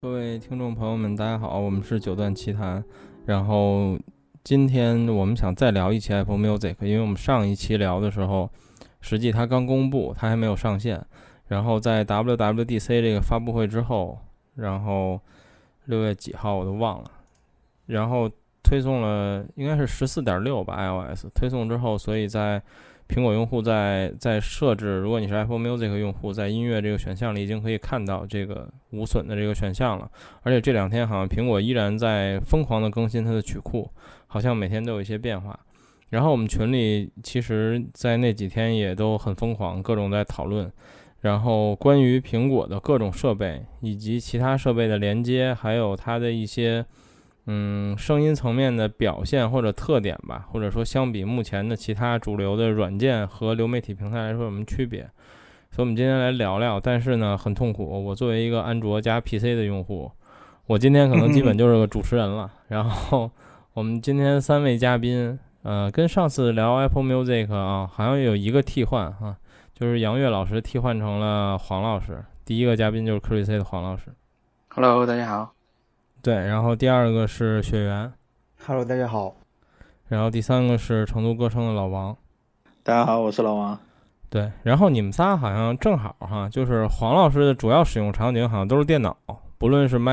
各位听众朋友们，大家好，我们是九段奇谈。然后今天我们想再聊一期 Apple Music， 因为我们上一期聊的时候，实际它刚公布，它还没有上线。然后在 WWDC 这个发布会之后，然后6月几号我都忘了，然后推送了应该是 14.6 吧 iOS 推送之后，所以在苹果用户在设置，如果你是 Apple Music 用户，在音乐这个选项里已经可以看到这个无损的这个选项了。而且这两天好像苹果依然在疯狂的更新它的曲库，好像每天都有一些变化。然后我们群里其实在那几天也都很疯狂，各种在讨论。然后关于苹果的各种设备以及其他设备的连接，还有它的一些声音层面的表现或者特点吧，或者说相比目前的其他主流的软件和流媒体平台来说有什么区别，所以我们今天来聊聊。但是呢很痛苦，我作为一个安卓加 PC 的用户，我今天可能基本就是个主持人了。然后我们今天3位嘉宾跟上次聊 Apple Music 啊，好像有一个替换啊，就是杨岳老师替换成了黄老师，第一个嘉宾就是 QVC 的黄老师。 Hello， 大家好。 对，然后第二个是雪原。 Hello， 大家好。 然后第三个是成都歌声的老王。 大家好，我是老王。 对，然后你们仨好像正好哈，就是黄老师的主要使用场景好像都是电脑，不论是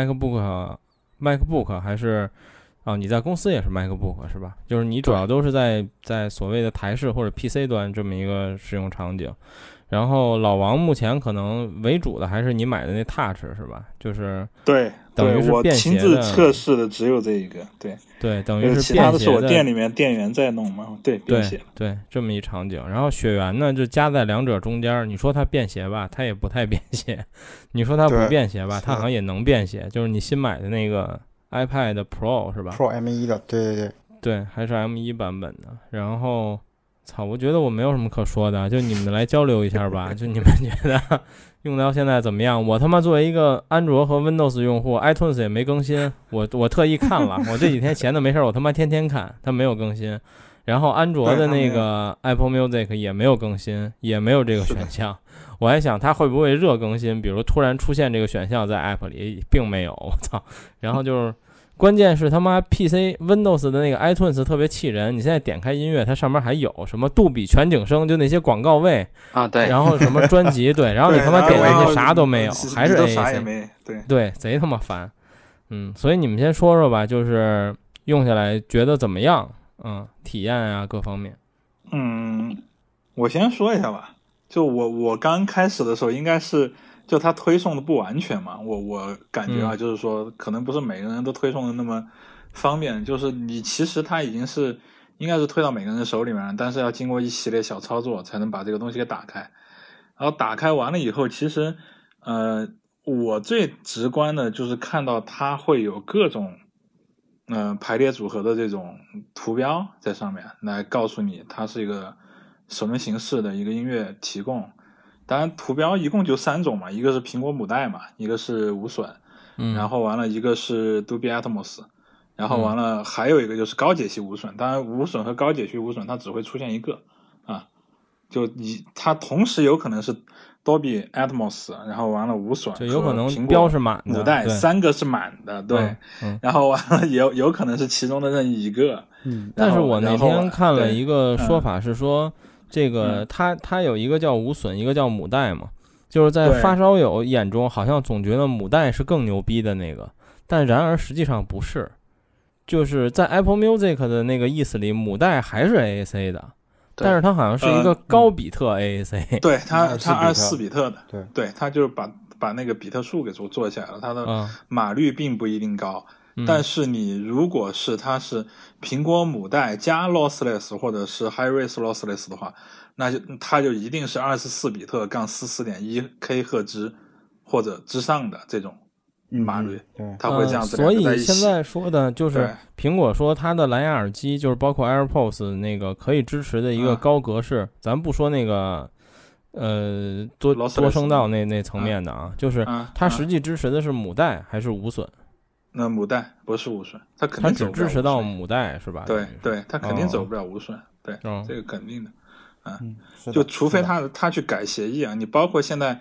MacBook 还是你在公司也是 MacBook 是吧？就是你主要都是在所谓的台式或者 PC 端这么一个使用场景。然后老王目前可能为主的还是你买的那 Touch 是吧？就是对， 等于是便携的。 我亲自测试的只有这一个， 对，等于是便携的。 其他的是我店里面店员在弄嘛，便携。 对，这么一场景。然后雪原呢就夹在两者中间，你说它便携吧，它也不太便携；你说它不便携吧，它好像也能便携。就是你新买的那个 iPad Pro 是吧 ？Pro M1 的，对， 还是 M1 版本的。然后我觉得我没有什么可说的，就你们来交流一下吧。就你们觉得用到现在怎么样？我他妈作为一个安卓和 Windows 用户 ，iTunes 也没更新，我特意看了，我这几天闲的没事，我他妈天天看，它没有更新。然后安卓的那个 Apple Music 也没有更新，也没有这个选项。我还想它会不会热更新，比如突然出现这个选项在 App 里，并没有，我操！然后就是。关键是他妈 PC Windows 的那个 iTunes 特别气人，你现在点开音乐，它上面还有什么杜比全景声，就那些广告位啊，对， 然后什么专辑，对，然后你他妈点进去啥都没有，还是 AAC， 啥也没， 对，贼他妈烦。所以你们先说说吧，就是用下来觉得怎么样？体验啊各方面。 我先说一下吧，就我刚开始的时候应该是。就它推送的不完全嘛，我感觉啊，就是说可能不是每个人都推送的那么方便，就是你其实它已经是应该是推到每个人手里面，但是要经过一系列小操作才能把这个东西给打开。然后打开完了以后，其实我最直观的就是看到它会有各种排列组合的这种图标在上面，来告诉你它是一个什么形式的一个音乐提供。当然图标一共就3种嘛，一个是苹果母带嘛，一个是无损，然后完了一个是 Dolby Atmos， 然后完了还有一个就是高解析无损。当然无损和高解析无损它只会出现一个啊，就它同时有可能是 Dolby Atmos， 然后完了无损， 就有可能标是满的， 母带3个是满的，对，然后完了有可能是其中的任意一个。 但是我那天看了一个说法是说。这个它有一个叫无损，一个叫母带嘛，就是在发烧友眼中好像总觉得母带是更牛逼的那个，但然而实际上不是，就是在 Apple Music 的那个意思里，母带还是 AAC 的，但是它好像是一个高比特 AAC， 对，它24比特的，对，它就是把那个比特数给做起来了，它的码率并不一定高。但是你如果是它是苹果母带加 lossless 或者是 high res lossless 的话，那就它就一定是24比特杠 44.1 K 赫兹或者之上的这种码率，它会这样子所以现在说的就是苹果说它的蓝牙耳机就是包括 AirPods 那个可以支持的一个高格式，咱不说那个多声道那层面的啊，就是它实际支持的是母带还是无损？ 那母带不是无损，它肯定只支持到母带是吧？ 对，它肯定走不了无损，对，这个肯定的，就除非他去改协议啊。你包括现在，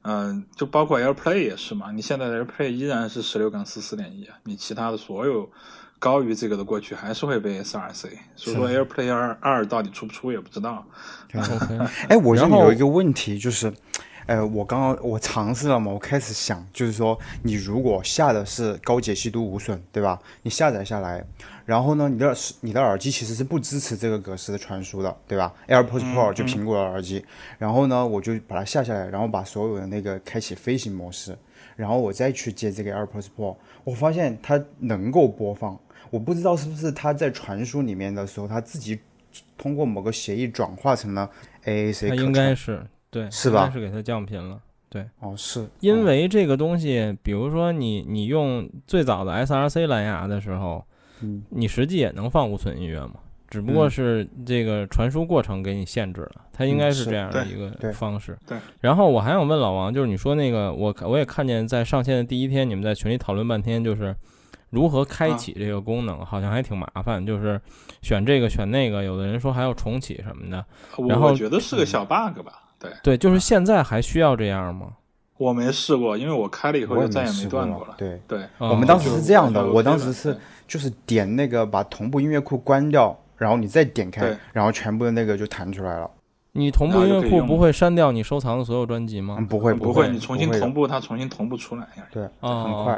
就包括 AirPlay 也是嘛，你现在的 AirPlay 依然是16.44.1，你其他的所有高于这个的过去还是会被 SRC， 所以说 AirPlay 2到底出不出也不知道。 哎，我这里有一个问题就是。我尝试了嘛，我开始想，就是说，你如果下的是高解析度无损，对吧？你下载下来，然后呢，你的耳机其实是不支持这个格式的传输的，对吧？AirPods Pro 就苹果的耳机，然后呢，我就把它下下来，然后把所有的那个开启飞行模式，然后我再去接这个 AirPods Pro， 我发现它能够播放，我不知道是不是它在传输里面的时候，它自己通过某个协议转化成了 AAC， 它应该是。对， 是吧？ 应该是给它降频了。对， 是因为这个东西，比如说你用最早的 SRC 蓝牙的时候，你实际也能放无损音乐嘛，只不过是这个传输过程给你限制了，它应该是这样的一个方式。 对。 然后我还想问老王，就是你说那个，我也看见在上线的第一天，你们在群里讨论半天，就是如何开启这个功能，好像还挺麻烦，就是选这个选那个，有的人说还要重启什么的。然后我觉得是个小 bug 吧。 对，就是现在还需要这样吗？ 我没试过，因为我开了以后就再也没断过了。 对， 我们当时是这样的，我当时是就是点那个把同步音乐库关掉，然后你再点开，然后全部的那个就弹出来了。 你同步音乐库不会删掉你收藏的所有专辑吗？ 不会， 你重新同步，它重新同步出来。 对，很快。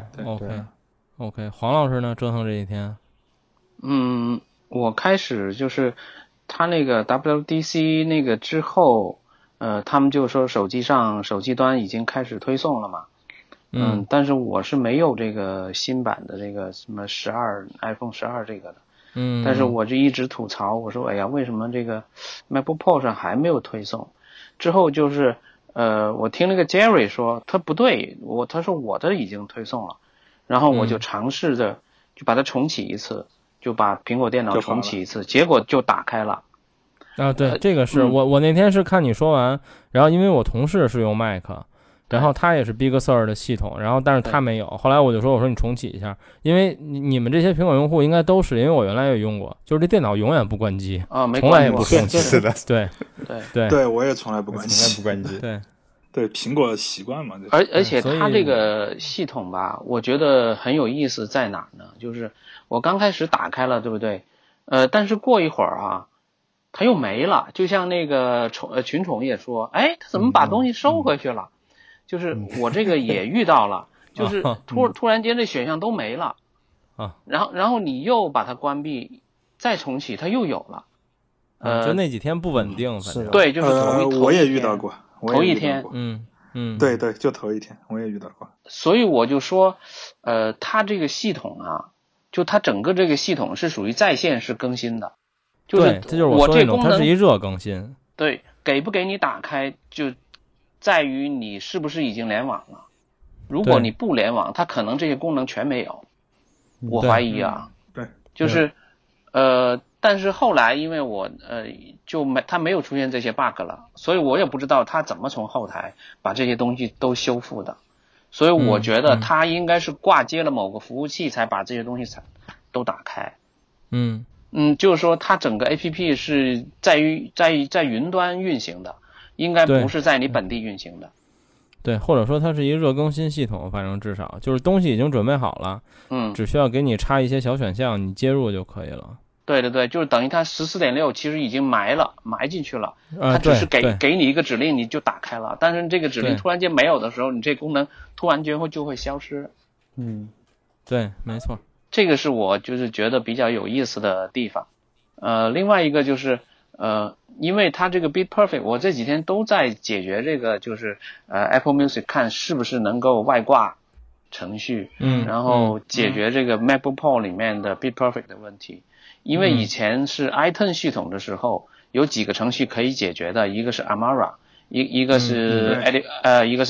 OK， 黄老师呢？折腾这一天？ 我开始就是他那个 WDC 那个之后。他们就说手机端已经开始推送了嘛，但是我是没有这个新版的这个什么iPhone 12这个的，但是我就一直吐槽，我说哎呀，为什么这个 MacBook Pro 上还没有推送？之后就是我听那个 Jerry 说他不对，他说我的已经推送了，然后我就尝试着就把它重启一次，就把苹果电脑重启一次，结果就打开了。 对，这个是我那天是看你说完，然后因为我同事是用 Mac， 然后他也是 Big Sur 的系统，然后但是他没有，后来我说你重启一下，因为你们这些苹果用户应该都是，因为我原来也用过，就是这电脑永远不关机从来也不重启。 是的， 对，我也从来不关机，对，苹果的习惯嘛。 而且它这个系统吧，我觉得很有意思在哪呢？就是我刚开始打开了，对不对？但是过一会儿啊。他又没了，就像那个群宠也说，哎，他怎么把东西收回去了？就是我这个也遇到了，就是突然间这选项都没了然后你又把它关闭，再重启，它又有了。 就那几天不稳定，反正对，就是我也遇到过， 头一天， 对，就头一天我也遇到过。 所以我就说，它这个系统啊，就它整个这个系统是属于在线式更新的。 对，这就是我说的那种，它是一热更新。 对，给不给你打开，就在于你是不是已经联网了。如果你不联网，它可能这些功能全没有。我怀疑啊。 对， 就是但是后来因为我它没有出现这些 bug 了，所以我也不知道它怎么从后台把这些东西都修复的。所以我觉得它应该是挂接了某个服务器才把这些东西都打开。就是说它整个 APP 是在云端运行的，应该不是在你本地运行的。 对，或者说它是一个热更新系统，反正至少就是东西已经准备好了，只需要给你插一些小选项，你接入就可以了。 对，就是等于它 14.6 其实已经埋进去了，它只是给你一个指令你就打开了，但是这个指令突然间没有的时候，你这功能突然间就会消失。 对，没错。 这个是我就是觉得比较有意思的地方。另外一个就是因为它这个 Beat Perfect 我这几天都在解决这个，就是Apple Music 看是不是能够外挂程序，然后解决这个 MacBook Pro 里面的 Beat Perfect 的问题。因为以前是 iTunes 系统的时候，有几个程序可以解决的，一个是 Amara， 一个是一个是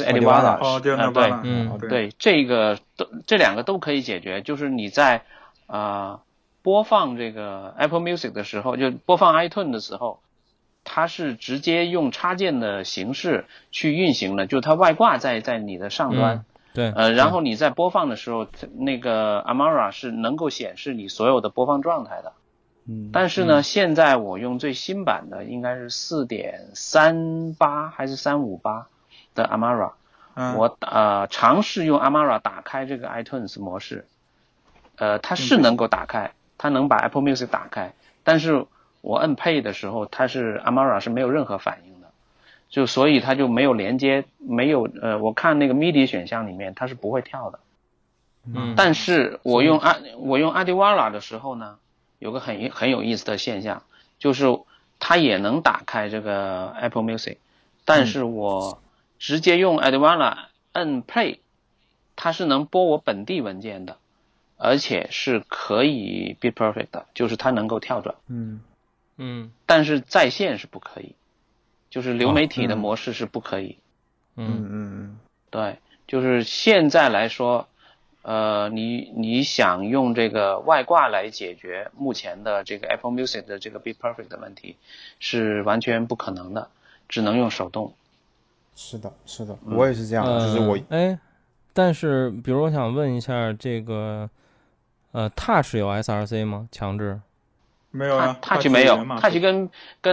Edivara，对，这两个都可以解决，就是你在播放这个 Apple Music 的时候，就播放 iTunes 的时候，它是直接用插件的形式去运行的，就它外挂在你的上端。 对， 然后你在播放的时候，那个 Amara 是能够显示你所有的播放状态的。但是呢，现在我用最新版的应该是 4.38 还是358的 Amara， 我尝试用 Amara 打开这个 iTunes 模式，它是能够打开，它能把 Apple Music 打开，但是我摁 Play 的时候，Amara 是没有任何反应的，所以它就没有连接，没有我看那个 MIDI 选项里面它是不会跳的。但是我用 Adiwala 的时候呢，有个很有意思的现象，就是它也能打开这个 Apple Music， 但是我直接用 Adiwala 摁 Play， 它是能播我本地文件的，而且是可以 Beat Perfect 的，就是它能够跳转。但是在线是不可以，就是流媒体的模式是不可以。对，就是现在来说，你想用这个外挂来解决目前的这个 Apple Music 的这个 Beat Perfect 的问题，是完全不可能的，只能用手动。 是的，我也是这样，就是我但是比如我想问一下，这个Touch 有 SRC 吗？强制？ 没有啊 ，Touch 没有 ，Touch 跟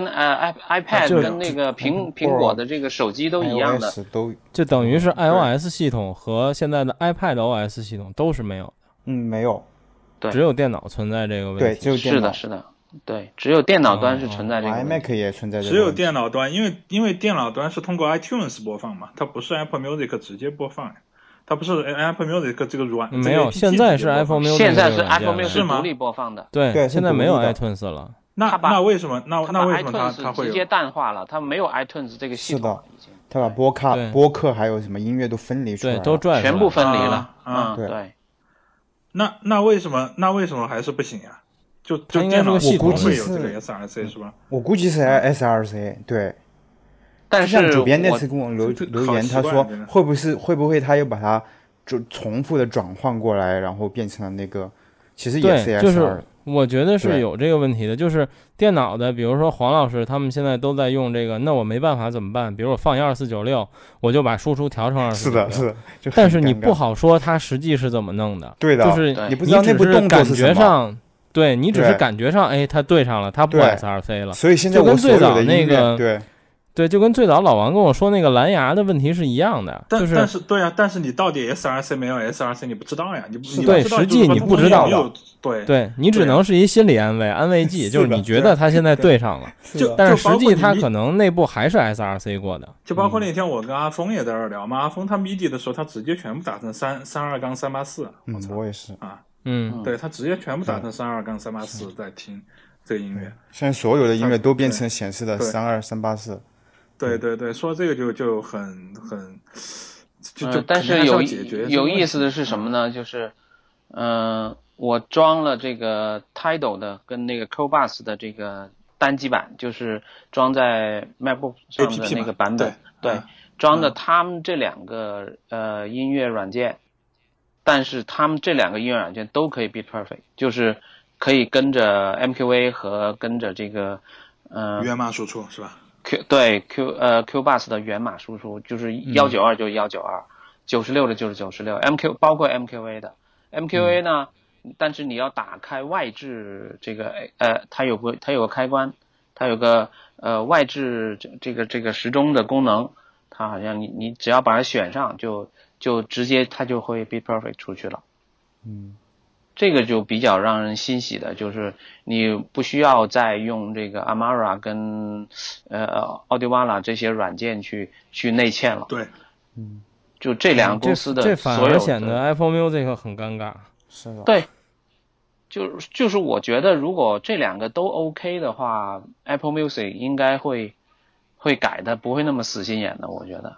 iPad 跟那个苹果的这个手机都一样的， 就等于是 iOS 系统和现在的 iPad OS 系统都是没有的。 没有， 对， 只有电脑存在这个问题。 对，只有电脑。 是的，对，只有电脑端是存在这个问题。 iMac 也存在这个问题。 只有电脑端，因为电脑端是通过 iTunes 播放嘛，它不是 Apple Music 直接播放呀。它不是 Apple Music 这个没有，现在是 Apple Music， 现在是 Apple Music 独立播放的。 对，现在没有 iTunes 了。 那为什么？那为什么它会直接淡化了？它没有 iTunes 这个系统。 是的，它把播客还有什么音乐都分离出来了， 对，都拽出来了， 全部分离了。对。 那为什么还是不行呀？就电脑系统会有这个 SRC 是吧？ 我估计是 SRC， 对。 但是像主编那次跟我留言，他说会不会他又把它就重复的转换过来，然后变成了那个，其实也是 SR。 就是我觉得是有这个问题的，就是电脑的，比如说黄老师他们现在都在用这个，那我没办法怎么办？比如我放一2496，我就把输出调成2496。 是的， 但是你不好说它实际是怎么弄的。 对的， 就是你不知道那部动作是什么。 对，你只是感觉上，它对上了，它不 SRC 了。 所以现在就跟最早那个对， 就跟最早老王跟我说那个蓝牙的问题是一样的。 但是对啊，但是你到底 SRC 没有 SRC 你不知道呀， 对，实际你不知道的。 对， 你只能是一心理安慰剂，就是你觉得它现在对上了，但是实际它可能内部还是 SRC 过的。 就包括那天我跟阿峰也在这聊嘛，阿峰他 MIDI 的时候，他直接全部打成32-384。 我也是啊。对，他直接全部打成32-384在听这个音乐。 现在所有的音乐都变成显示的32384。 对，说这个就很但是有意思的是什么呢？就是我装了这个 Tidal 的跟那个 Cubase 的这个单机版，就是装在 MacBook 上的那个版本。对，装的他们这两个音乐软件。但是他们这两个音乐软件都可以 Beat Perfect， 就是可以跟着 MQA 和跟着这个源码输出是吧 ？Cubase 的源码输出，就是192就是192，96的就是96，包括 MQA 的。MQA 呢，但是你要打开外置这个它有个开关，它有个外置这个时钟的功能，它好像你只要把它选上就直接它就会 Beat Perfect 出去了。这个就比较让人欣喜的，就是你不需要再用这个 Amara 跟Audiwala 这些软件去内嵌了。 对， 就这两个公司的这反而显得 Apple Music 很尴尬。 是的。 对，就是我觉得如果这两个都 OK 的话 ，Apple Music 应该会改的，不会那么死心眼的，我觉得。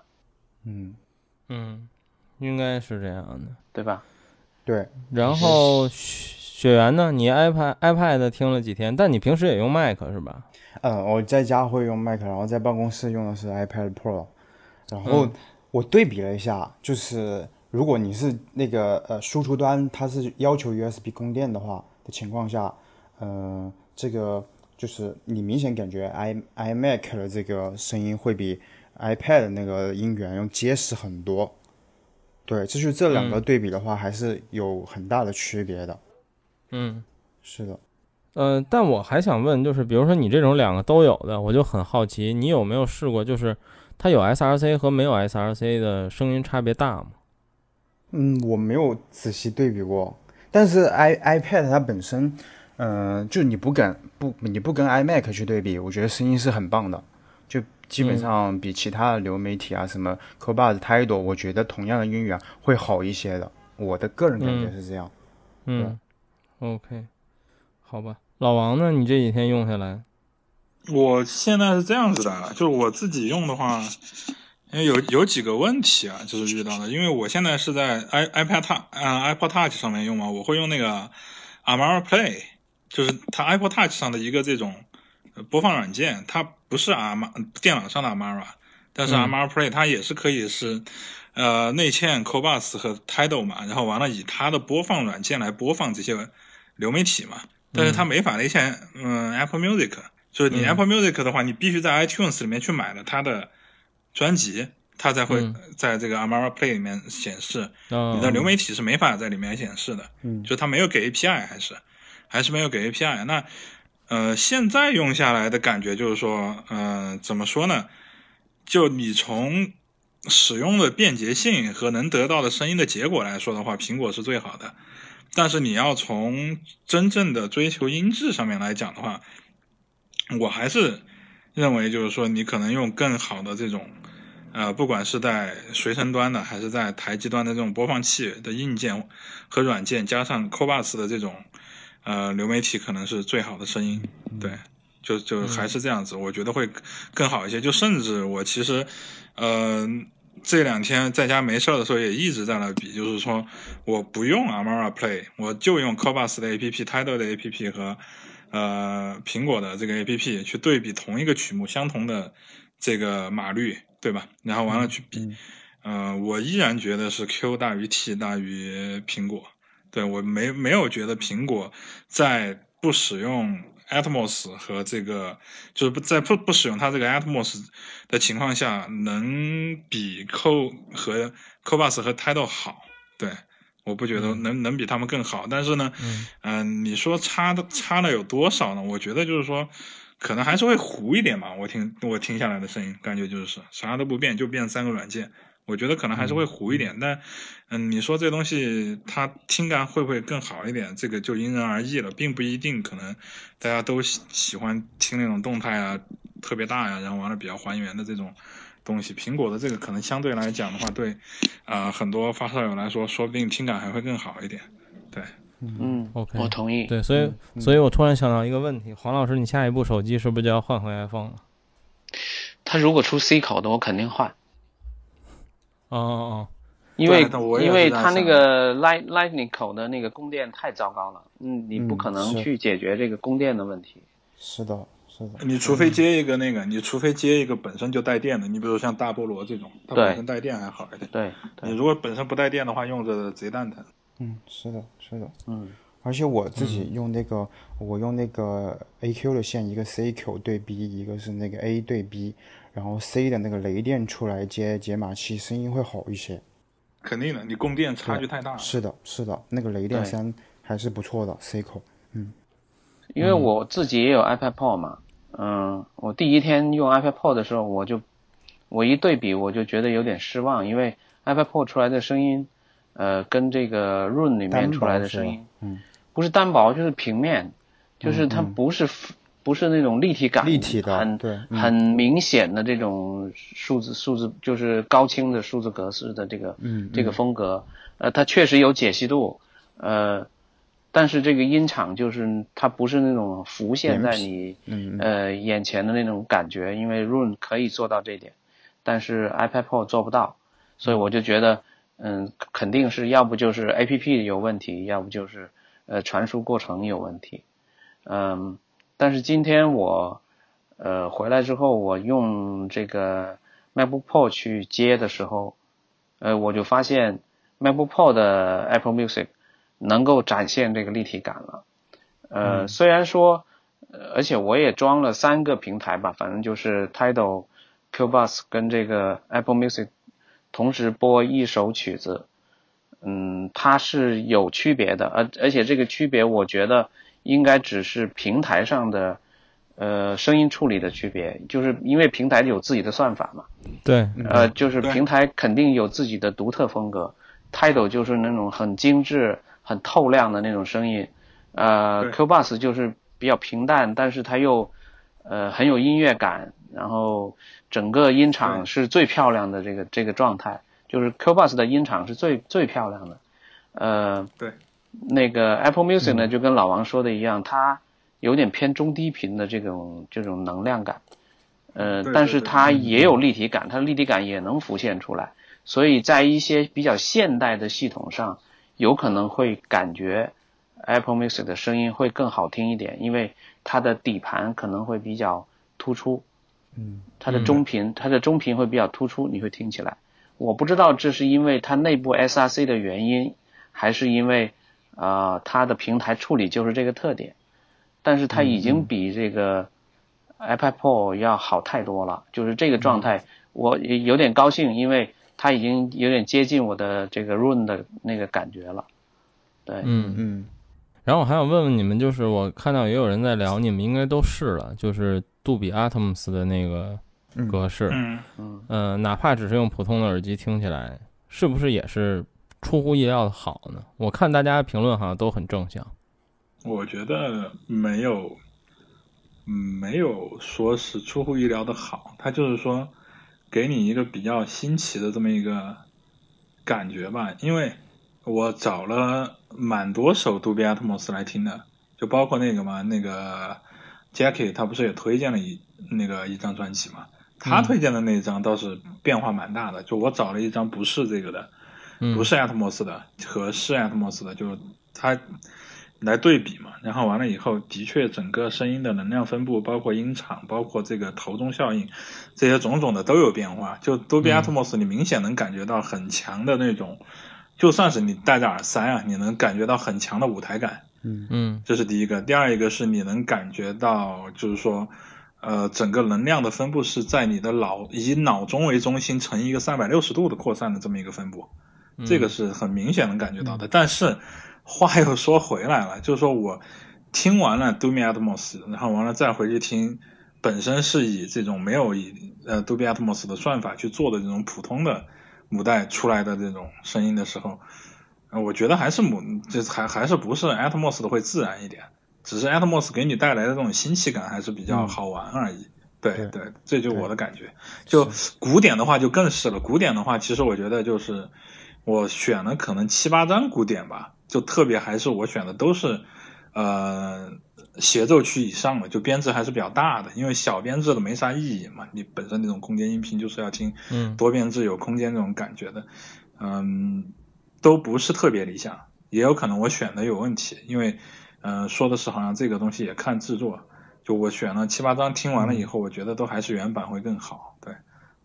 应该是这样的， 对吧？ 对。 然后雪原呢？你 iPad 听了几天，但你平时也用 Mac 是吧？ 我在家会用 Mac， 然后在办公室用的是 iPad Pro。然后我对比了一下，就是如果你是那个输出端它是要求 USB 供电的情况下，这个就是你明显感觉 iMac 的这个声音会比 iPad 的那个音源要结实很多。对，这两个对比的话，还是有很大的区别的。是的。 但我还想问，就是比如说你这种两个都有的，我就很好奇，你有没有试过，就是它有 SRC 和没有 SRC 的声音差别大吗？ 我没有仔细对比过，但是 iPad 它本身，就你不跟 iMac 去对比，我觉得声音是很棒的，就基本上比其他的流媒体啊，什么 Cobas、Tidal， 我觉得同样的音源会好一些的，我的个人感觉是这样。 OK， 好吧，老王呢？你这几天用下来？ 我现在是这样子的，就是我自己用的话，因为有几个问题啊，就是遇到的，因为我现在是在 iPod Touch 上面用嘛，我会用那个 Amara Play， 就是它 iPod Touch 上的一个这种播放软件，它不是电脑上的 Amara， 但是 Amara Play 它也是可以是内嵌 Cobas 和 Tidal 嘛，然后完了以它的播放软件来播放这些流媒体嘛，但是它没法内嵌Apple Music。就是你 Apple Music 的话，你必须在 iTunes 里面去买了它的专辑，它才会在这个 Amara Play 里面显示。你的流媒体是没法在里面显示的。就它没有给 API， 还是没有给 API。那现在用下来的感觉就是说，怎么说呢？就你从使用的便捷性和能得到的声音的结果来说的话，苹果是最好的。但是你要从真正的追求音质上面来讲的话，我还是认为就是说你可能用更好的这种不管是在随身端的还是在台机端的这种播放器的硬件和软件，加上 Cobas 的这种流媒体，可能是最好的声音。对，就还是这样子，我觉得会更好一些。就甚至我其实这两天在家没事的时候也一直在那比，就是说我不用 Amara Play， 我就用 Cobas 的 APP、Tidal 的 APP 和苹果的这个 APP 去对比同一个曲目相同的这个码率，对吧？然后完了去比，我依然觉得是 Q 大于 T 大于苹果。对，我没有觉得苹果在不使用 Atmos 和这个就是在不使用它这个 Atmos 的情况下，能比 Cobas 和 Tidal 好。对。我不觉得能比他们更好，但是呢，你说差了有多少呢？我觉得就是说，可能还是会糊一点吧。我听下来的声音，感觉就是啥都不变，就变3个软件。我觉得可能还是会糊一点，但你说这东西它听感会不会更好一点？这个就因人而异了，并不一定。可能大家都喜欢听那种动态啊，特别大呀，然后完了比较还原的这种东西。苹果的这个可能相对来讲的话，对很多发烧友来说，说不定听感还会更好一点。对 ，OK， 我同意。 对，所以我突然想到一个问题，黄老师，你下一部手机是不是就要换回 iPhone 了？ 他如果出 C 口的，我肯定换。因为它那个 Lightning 口的那个供电太糟糕了，你不可能去解决这个供电的问题。 是的。 你除非接一个你除非接一个本身就带电的，你比如像大菠萝这种，它本身带电还好一点。 对， 你如果本身不带电的话，用着贼蛋疼。 是的。而且我自己用那个，我用那个 AQ 的线，一个 CQ 对 B， 一个是那个 A 对 B， 然后 C 的那个雷电出来接解码器，声音会好一些。 肯定的，你供电差距太大了。 是的，那个雷电3还是不错的 C 口。 因为我自己也有 iPad Pro 嘛，我第一天用 iPad Pro 的时候，我一对比我就觉得有点失望，因为 iPad Pro 出来的声音，跟这个 Room 里面出来的声音，不是单薄就是平面，就是它不是那种立体感， 立体的， 很明显的这种数字就是高清的数字格式的这个风格，它确实有解析度，但是这个音场就是它不是那种浮现在你眼前的那种感觉，因为 Room 可以做到这一点，但是 iPad Pro 做不到，所以我就觉得肯定是要不就是 APP 有问题，要不就是传输过程有问题。但是今天我回来之后，我用这个 MacBook Pro 去接的时候，我就发现 MacBook Pro 的 Apple Music 能够展现这个立体感了。虽然说而且我也装了3个平台吧，反正就是 Tidal、Cubase 跟这个 Apple Music 同时播一首曲子，它是有区别的，而且这个区别我觉得应该只是平台上的声音处理的区别，就是因为平台有自己的算法嘛。 对， 就是平台肯定有自己的独特风格。Tidal 就是那种很精致、很透亮的那种声音。Q-Bus 就是比较平淡，但是它又很有音乐感，然后整个音场是最漂亮的这个状态，就是 Q-Bus 的音场是最漂亮的。 对， 那个 Apple Music 呢，就跟老王说的一样，它有点偏中低频的这种能量感。但是它也有立体感，它的立体感也能浮现出来，所以在一些比较现代的系统上，有可能会感觉 Apple Music 的声音会更好听一点，因为它的底盘可能会比较突出，它的中频会比较突出，你会听起来。我不知道这是因为它内部 SRC 的原因，还是因为它的平台处理就是这个特点，但是它已经比这个iPad Pro 要好太多了，就是这个状态，我有点高兴，因为它已经有点接近我的这个 Room 的那个感觉了。对， 然后我还想问问你们，就是我看到也有人在聊，你们应该都试了，就是杜比 Atmos 的那个格式，哪怕只是用普通的耳机听起来，是不是也是出乎意料的好呢？我看大家评论好像都很正向。 我觉得没有说是出乎意料的好，它就是说给你一个比较新奇的这么一个感觉吧。因为我找了蛮多首杜比 Atmos 来听的，就包括那个 Jackie 他不是也推荐了一张专辑嘛，他推荐的那一张倒是变化蛮大的，就我找了一张不是这个的，不是 Atmos 的和是 Atmos 的，就是他来对比嘛，然后完了以后，的确整个声音的能量分布，包括音场，包括这个头中效应，这些种种的都有变化。就 Dolby Atmos 你明显能感觉到很强的那种，就算是你戴着耳塞啊，你能感觉到很强的舞台感。这是第一个。第二一个是你能感觉到，就是说，整个能量的分布是在你的以脑中为中心成一个360度的扩散的这么一个分布，这个是很明显能感觉到的。但是话又说回来了，就是说我听完了 Dolby Atmos， 然后完了再回去听本身是以这种没有Dolby Atmos 的算法去做的这种普通的母带出来的这种声音的时候，我觉得还是还是不是 Atmos 的会自然一点，只是 Atmos 给你带来的这种新奇感还是比较好玩而已。对，这就是我的感觉。就古典的话就更是了，古典的话其实我觉得就是我选了可能7-8张古典吧，就特别还是我选的都是协奏曲以上的，就编制还是比较大的，因为小编制的没啥意义嘛，你本身那种空间音频就是要听多编制有空间这种感觉的，都不是特别理想，也有可能我选的有问题，因为说的是好像这个东西也看制作，就我选了7-8张听完了以后，我觉得都还是原版会更好。对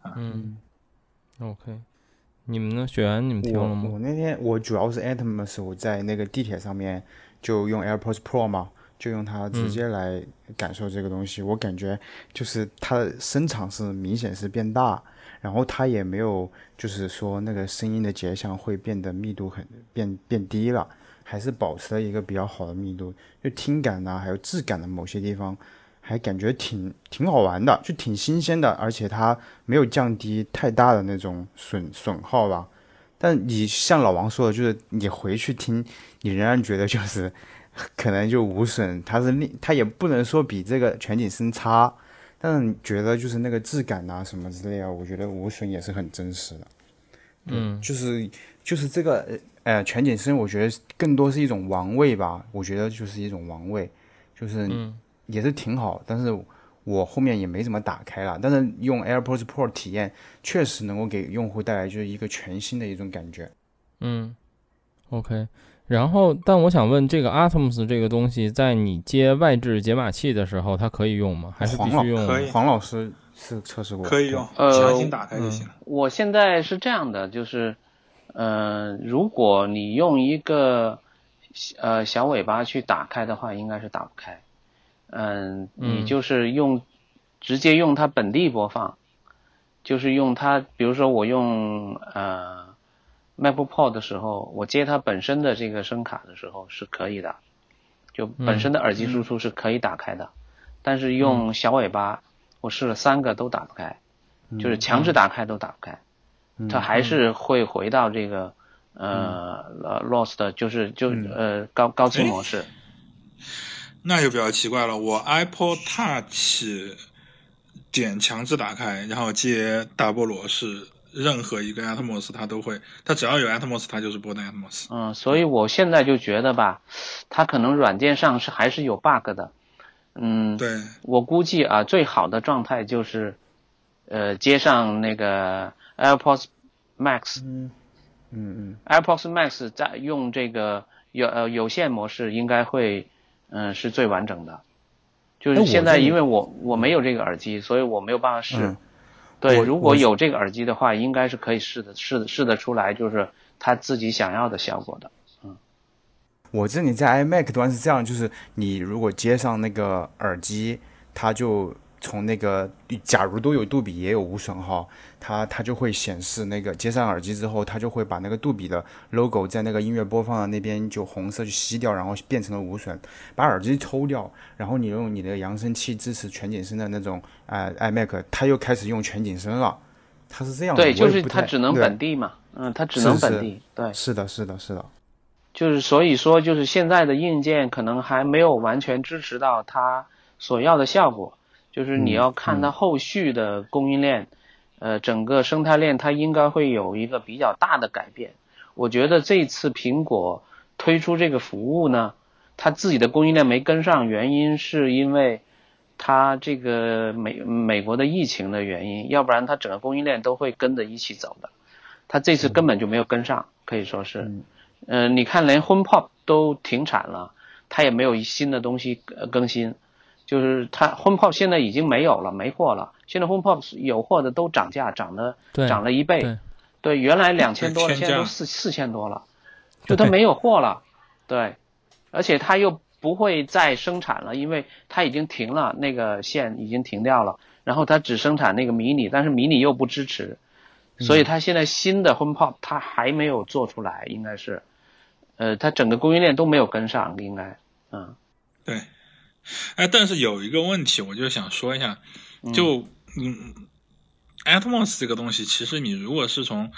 ，OK， 你们呢？雪原你们听了吗？ 我那天我主要是 Atmos， 我在那个地铁上面就用 AirPods Pro 嘛，就用它直接来感受这个东西，我感觉就是它的声场是明显是变大，然后它也没有就是说那个声音的结像会变得密度变低了，还是保持了一个比较好的密度，就听感还有质感的某些地方还感觉挺好玩的，就挺新鲜的，而且它没有降低太大的那种损耗吧。但你像老王说的，就是你回去听，你仍然觉得就是可能就无损，它也不能说比这个全景声差，但是你觉得就是那个质感什么之类的，我觉得无损也是很真实的。就是这个全景声，我觉得更多是一种玩味吧，我觉得就是一种玩味，就是也是挺好，但是我后面也没怎么打开了，但是用 AirPods Pro 体验确实能够给用户带来就是一个全新的一种感觉。 OK， 然后但我想问，这个 Atmos 这个东西在你接外置解码器的时候它可以用吗？还是必须用？ 黄老师是测试过， 可以用，强行打开就行了。 我现在是这样的，就是如果你用一个小尾巴去打开的话，应该是打不开。你就是直接用它本地播放，就是用它，比如说我用MacBook Pro 的时候，我接它本身的这个声卡的时候是可以的，就本身的耳机输出是可以打开的。 但是用小尾巴，我试了3个都打不开，就是强制打开都打不开，它还是会回到这个lost 高清模式。 那就比较奇怪了，我 Apple Touch 点强制打开，然后接大菠萝是任何一个 Atmos 它都会，它只要有 Atmos 它就是波登 Atmos。 所以我现在就觉得吧，它可能软件上还是有 bug 的。 对， 我估计啊，最好的状态就是接上那个 AirPods Max。AirPods Max 在用这个有线模式应该会是最完整的。就是现在因为我没有这个耳机，所以我没有办法试。对，如果有这个耳机的话，应该是可以试得出来，就是他自己想要的效果的。 我这里在 iMac 端是这样，就是你如果接上那个耳机，它就从那个假如都有杜比也有无损哈，它就会显示那个接上耳机之后，它就会把那个杜比的 logo 在那个音乐播放的那边就红色去吸掉，然后变成了无损。把耳机抽掉，然后你用你的扬声器支持全景声的那种iMac， 它又开始用全景声了。它是这样的。 对，就是它只能本地嘛，它只能本地。对， 是的。 就是所以说，就是现在的硬件可能还没有完全支持到它所要的效果。就是你要看它后续的供应链，整个生态链它应该会有一个比较大的改变。我觉得这次苹果推出这个服务呢，它自己的供应链没跟上，原因是因为它这个美国的疫情的原因，要不然它整个供应链都会跟着一起走的。它这次根本就没有跟上，可以说是。你看连 HomePod 都停产了，它也没有新的东西更新。就是它 HomePod 现在已经没有了，没货了。现在 HomePod 有货的都涨价，涨了1倍。对，原来2000多了，现在都4000多了，就它没有货了。对，而且它又不会再生产了，因为它已经停了，那个线已经停掉了。然后它只生产那个迷你，但是迷你又不支持，所以它现在新的 HomePod 它还没有做出来，应该是。它整个供应链都没有跟上，应该。 对。但是有一个问题，我就想说一下，就Atmos 这个东西，其实你如果是从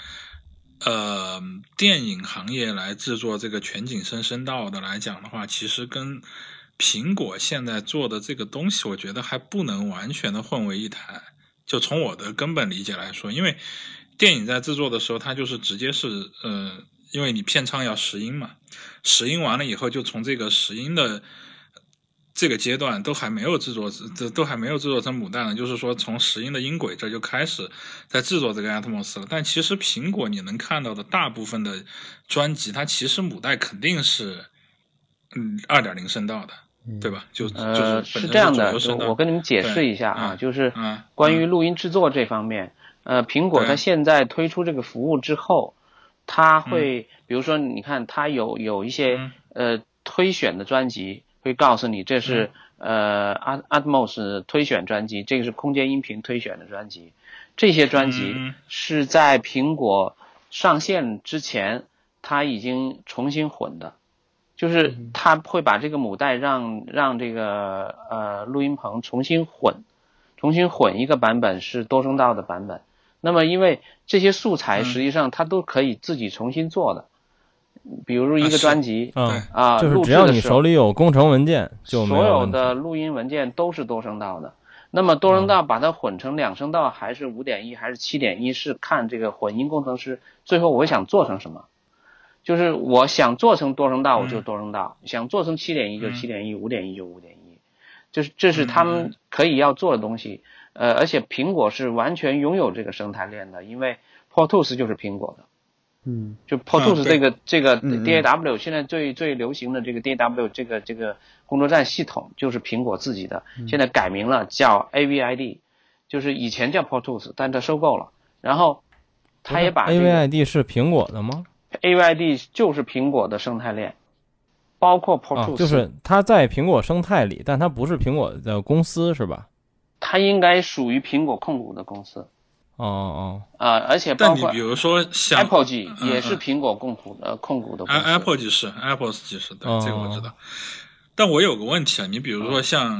电影行业来制作这个全景声声道的来讲的话，其实跟苹果现在做的这个东西，我觉得还不能完全的混为一谈。就从我的根本理解来说，因为电影在制作的时候，它就是直接是因为你片场要实音嘛，实音完了以后，就从这个实音的这个阶段都还没有制作成母带呢，就是说从实音的音轨这就开始在制作这个 Atmos 了。但其实苹果你能看到的大部分的专辑，它其实母带肯定是2.0 声道的，对吧？ 是这样的，我跟你们解释一下啊，就是关于录音制作这方面，苹果它现在推出这个服务之后，它会比如说你看它有一些推选的专辑。会告诉你这是Atmos 推选专辑，这个是空间音频推选的专辑。这些专辑是在苹果上线之前它已经重新混的，就是它会把这个母带让这个录音棚重新混一个版本是多声道的版本。那么因为这些素材实际上它都可以自己重新做的。比如一个专辑就是只要你手里有工程文件，就没有所有的录音文件都是多声道的。那么多声道把它混成2声道还是 5.1 还是 7.1， 是看这个混音工程师最后我想做成什么。就是我想做成多声道我就多声道，想做成 7.1 就 7.1 5.1 就 5.1， 就是这是他们可以要做的东西。而且苹果是完全拥有这个生态链的，因为 Pro Tools 就是苹果的。就 Pro Tools 这个 DAW 现在最流行的这个 DAW 这个工作站系统就是苹果自己的，现在改名了叫 AVID， 就是以前叫 Pro Tools， 但它收购了，然后它也把 AVID 是苹果的吗？ AVID 就是苹果的生态链，包括 Pro Tools， 就是它在苹果生态里，但它不是苹果的公司是吧？ 它应该属于苹果控股的公司。而且包括但你比如说像 Apogee 也是苹果控股的公司。 Apogee 是 Apogee 是对，这个我知道。但我有个问题啊，你比如说像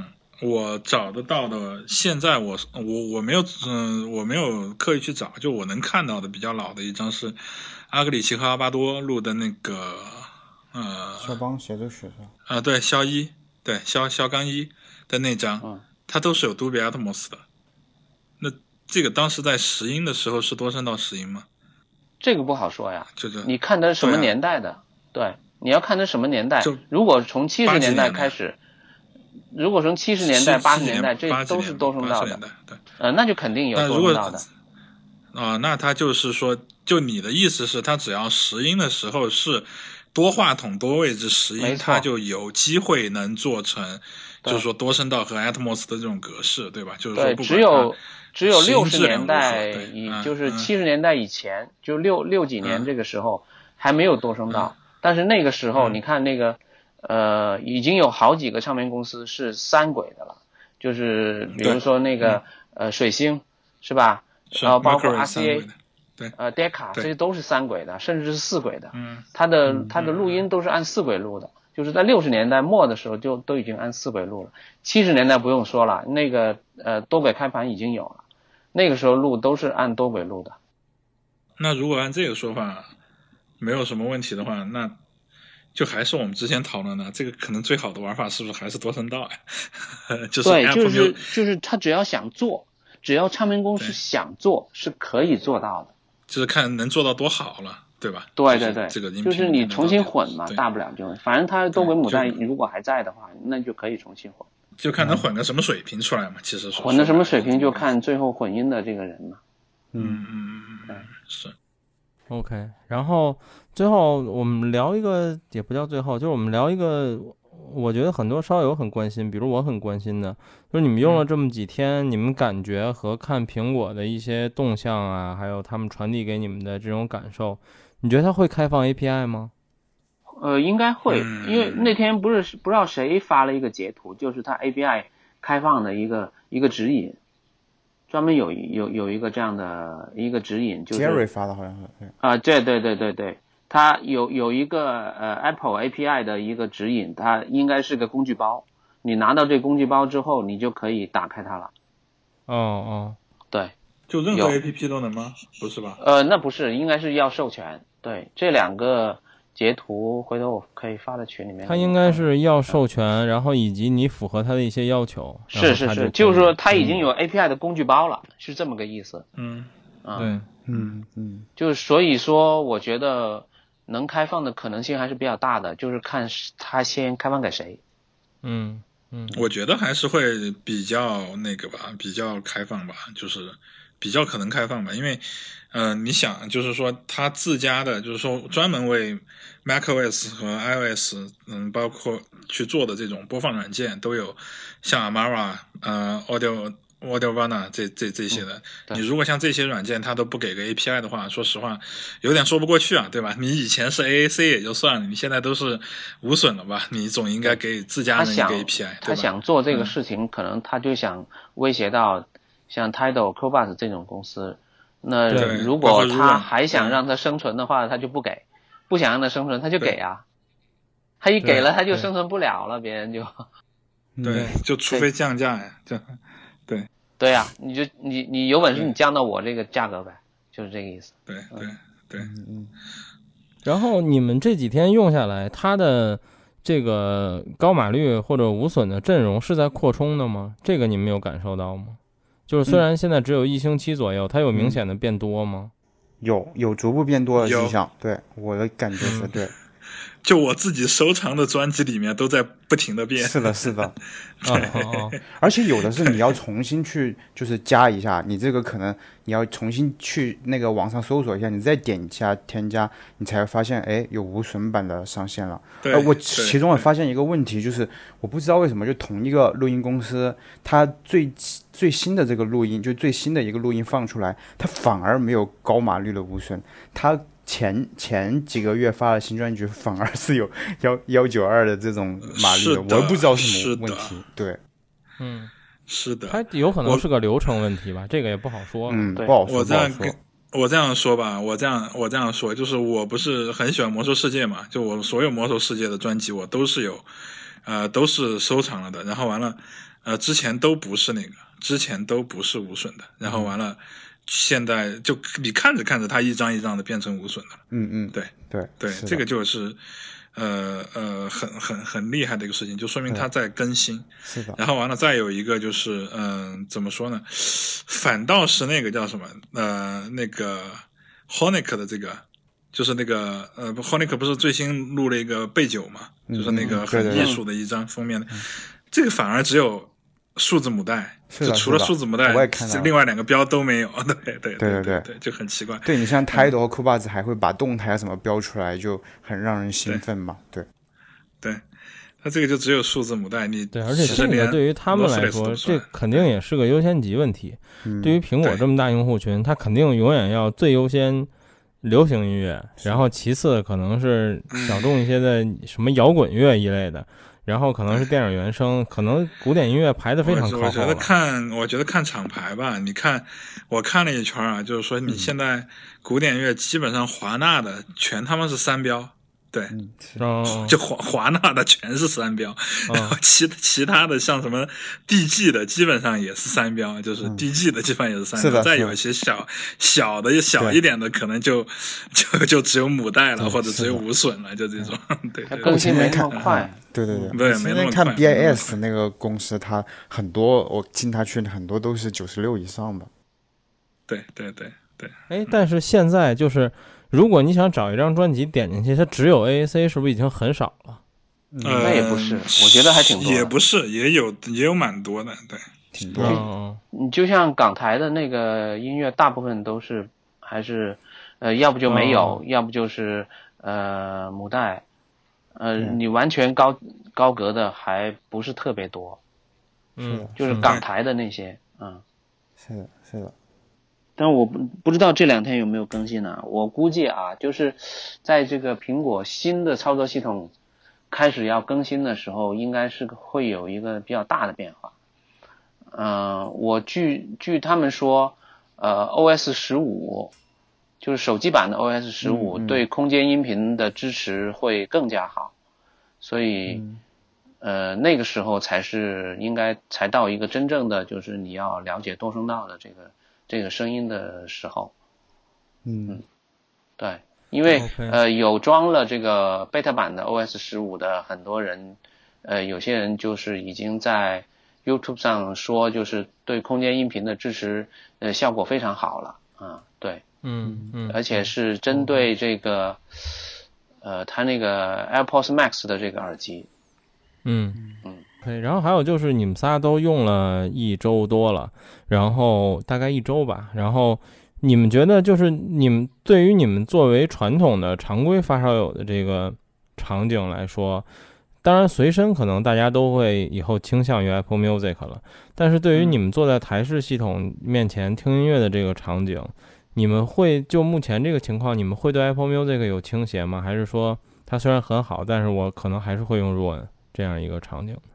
我找得到的，现在我没有我没有刻意去找，就我能看到的比较老的一张是阿格里奇和阿巴多录的那个肖邦协奏曲是吧？ 对，肖刚一的那张，它都是有 Dolby Atmos 的。那这个当时在拾音的时候是多声道拾音吗？ 这个不好说呀， 就是你看它什么年代的，对，你要看它什么年代。如果从70年代开始，如果从70年代、80年代，这都是多声道的，对，那就肯定有多声道的。 那他就是说，就你的意思是，他只要拾音的时候是多话筒多位置拾音，他就有机会能做成，就是说多声道和 Atmos 的这种格式，对吧？就是说不管只有60年代，就是70年代以前，就六几年这个时候还没有多声道，但是那个时候你看那个已经有好几个唱片公司是3轨的了，就是比如说那个水星是吧？包括 RCA 对 Decca 这些都是3轨的，甚至是4轨的。它的录音都是按4轨录的，就是在60年代末的时候就都已经按4轨录了。70年代不用说了，那个多轨开盘已经有了，那个时候录都是按多轨录的。 那如果按这个说法没有什么问题的话，那就还是我们之前讨论的这个可能最好的玩法是不是还是多声道呀？就是对，就是他只要想做，只要唱片公司想做是可以做到的， 就是看能做到多好了，对吧？ 对， 这个就是你重新混嘛，大不了就反正它多轨母带如果还在的话，那就可以重新混， 就看能混个什么水平出来嘛。其实混的什么水平就看最后混音的这个人嘛。 是 OK。然后最后我们聊一个，也不叫最后，就是我们聊一个我觉得很多烧友很关心，比如我很关心的，就是你们用了这么几天，你们感觉和看苹果的一些动向啊，还有他们传递给你们的这种感受，你觉得它会开放 API 吗？ 应该会，因为那天不知道谁发了一个截图，就是它 API 开放的一个指引，专门有一个这样的一个指引，就是 Jerry 发的好像是对，它有一个Apple API 的一个指引，它应该是个工具包，你拿到这个工具包之后，你就可以打开它了。对， 就任何 APP 都能吗？不是吧？ 那不是，应该是要授权。对，这2个截图回头我可以发到群里面。 它应该是要授权，然后以及你符合它的一些要求。 是，就是说它已经有 API 的工具包了，是这么个意思。 对， 就是所以说，我觉得能开放的可能性还是比较大的，就是看它先开放给谁。 我觉得还是会比较那个吧，比较开放吧，就是比较可能开放吧，因为你想就是说它自家的就是说专门为 macOS 和 iOS 包括去做的这种播放软件都有，像 Amara Audiovana 这些的，你如果像这些软件它都不给个 API 的话，说实话有点说不过去啊，对吧？你以前是 AAC 也就算了，你现在都是无损了吧？你总应该给自家人一个 API， 对吧？ 他想做这个事情，可能他就想威胁到像 Tidal、Acrobat 这种公司。那如果他还想让它生存的话，他就不给；不想让它生存，他就给啊。他一给了，他就生存不了了，别人就就除非降价呀， 对呀，你有本事你降到我这个价格呗，就是这个意思。 对。 然后你们这几天用下来，它的这个高码率或者无损的阵容是在扩充的吗？这个你们有感受到吗？就是虽然现在只有1星期左右，它有明显的变多吗？ 有逐步变多的迹象，对我的感觉是对。 就我自己收藏的专辑里面都在不停的变。 是的而且有的是你要重新去就是加一下，你这个可能你要重新去那个网上搜索一下，你再点一下添加，你才会发现有无损版的上线了。我其中我发现一个问题，就是我不知道为什么就同一个录音公司，它最新的这个录音，就最新的一个录音放出来，它反而没有高码率的无损，它前几个月发的新专辑反而是有192的这种码率的，我也不知道什么问题。对， 是的， 它有可能是个流程问题吧，这个也不好说。 不好说。 我这样说吧，我这样说，就是我不是很喜欢魔兽世界嘛，就我所有魔兽世界的专辑我都是有都是收藏了的，然后完了之前都不是无损的，然后完了现在就你看着看着它一张一张的变成无损的了。对，这个就是很厉害的一个事情，就说明它在更新。 是的。 然后完了再有一个就是怎么说呢，反倒是那个叫什么那个 Honeck 的这个就是那个Honeck 不是最新录了一个贝九嘛，就是那个很艺术的一张封面的，这个反而只有数字母带，就除了数字母带，另外2个标都没有。对，就很奇怪。 对，你像 Tidal 和 Cubase 还会把动态什么标出来，就很让人兴奋嘛。对， 它这个就只有数字母带， 对，而且这个对于他们来说，这肯定也是个优先级问题。对于苹果这么大用户群，它肯定永远要最优先流行音乐，然后其次可能是小众一些的什么摇滚乐一类的。然后可能是电影原声，可能古典音乐排得非常靠后。 我觉得看厂牌吧，你看我看了一圈啊，就是说你现在古典乐基本上华纳的全他妈是3标，对，就华纳的全是3标，然后其他的像什么 DG 的基本上也是3标，就是 DG 的基本上也是3标，再有一些小一点的可能就只有母带了，或者只有无损了，就这种。对， 更新没那么快。 对， 没那么快。 看 BIS 那个公司，它很多我进它去很多都是96以上的。 对。 但是现在就是如果你想找一张专辑点进去，它只有 AAC 是不是已经很少了？ 那也不是，我觉得还挺多的。 也不是，也有蛮多的，对， 挺多。 你就像港台的那个音乐，大部分都是还是要不就没有，要不就是母带。你完全高格的还不是特别多，就是港台的那些， 是的。 但我不知道这2天有没有更新呢？我估计啊，就是在这个苹果新的操作系统开始要更新的时候，应该是会有一个比较大的变化。我据他们说，OS 15就是手机版的 OS 15对空间音频的支持会更加好，所以那个时候应该才到一个真正的就是你要了解多声道的这个声音的时候。对，因为有装了这个 beta 版的 OS 15的很多人，有些人就是已经在 YouTube 上说，就是对空间音频的支持效果非常好了对。而且是针对这个它那个 AirPods Max 的这个耳机。 对，然后还有就是你们仨都用了1周多了，然后大概1周吧，然后你们觉得就是你们对于你们作为传统的常规发烧友的这个场景来说，当然随身可能大家都会以后倾向于 Apple Music 了，但是对于你们坐在台式系统面前听音乐的这个场景，你们会就目前这个情况，你们会对 Apple Music 有倾斜吗？还是说它虽然很好，但是我可能还是会用 Rowan 这样一个场景？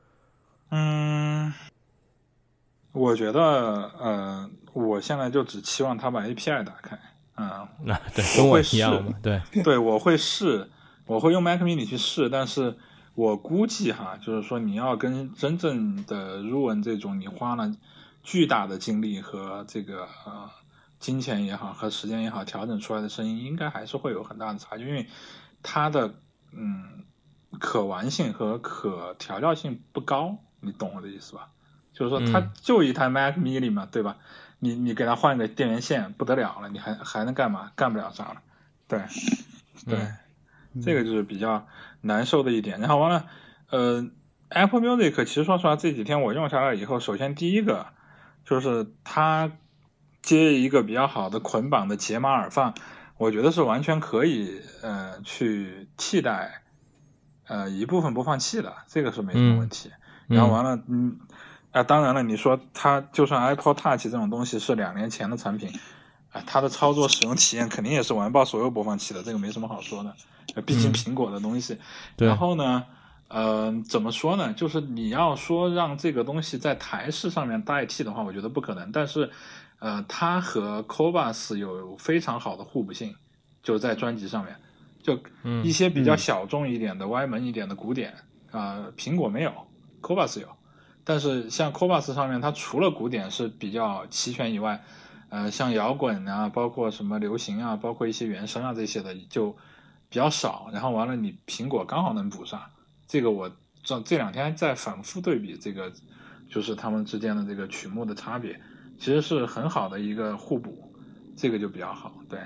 我觉得我现在就只期望他把 API 打开。 对，跟我一样嘛。 对，我会试，我会用 Mac Mini 去试，但是我估计就是说你要跟真正的 Rowan 这种你花了巨大的精力和这个金钱也好和时间也好调整出来的声音，应该还是会有很大的差距，因为它的可玩性和可调教性不高，你懂我的意思吧？就是说它就一台 Mac Mini 嘛，对吧？你给它换个电源线不得了了，你还能干嘛？干不了啥了。对，这个就是比较难受的一点。然后完了Apple Music 其实说实话这几天我用下来以后，首先第一个就是它接一个比较好的捆绑的解码耳放，我觉得是完全可以去替代一部分播放器的，这个是没什么问题。然后完了当然了，你说它就算 Apple Touch 这种东西是2年前的产品它的操作使用体验肯定也是完爆所有播放器的，这个没什么好说的，毕竟苹果的东西。然后呢怎么说呢，就是你要说让这个东西在台式上面代替的话，我觉得不可能，但是它和 Cobas 有非常好的互补性，就在专辑上面，就一些比较小众一点的歪门一点的鼓点苹果没有 ，Cobas 有，但是像 Cobas 上面它除了古典是比较齐全以外，像摇滚啊，包括什么流行啊，包括一些原声啊这些的就比较少，然后完了你苹果刚好能补上，这个我这2天在反复对比这个，就是他们之间的这个曲目的差别，其实是很好的一个互补，这个就比较好，对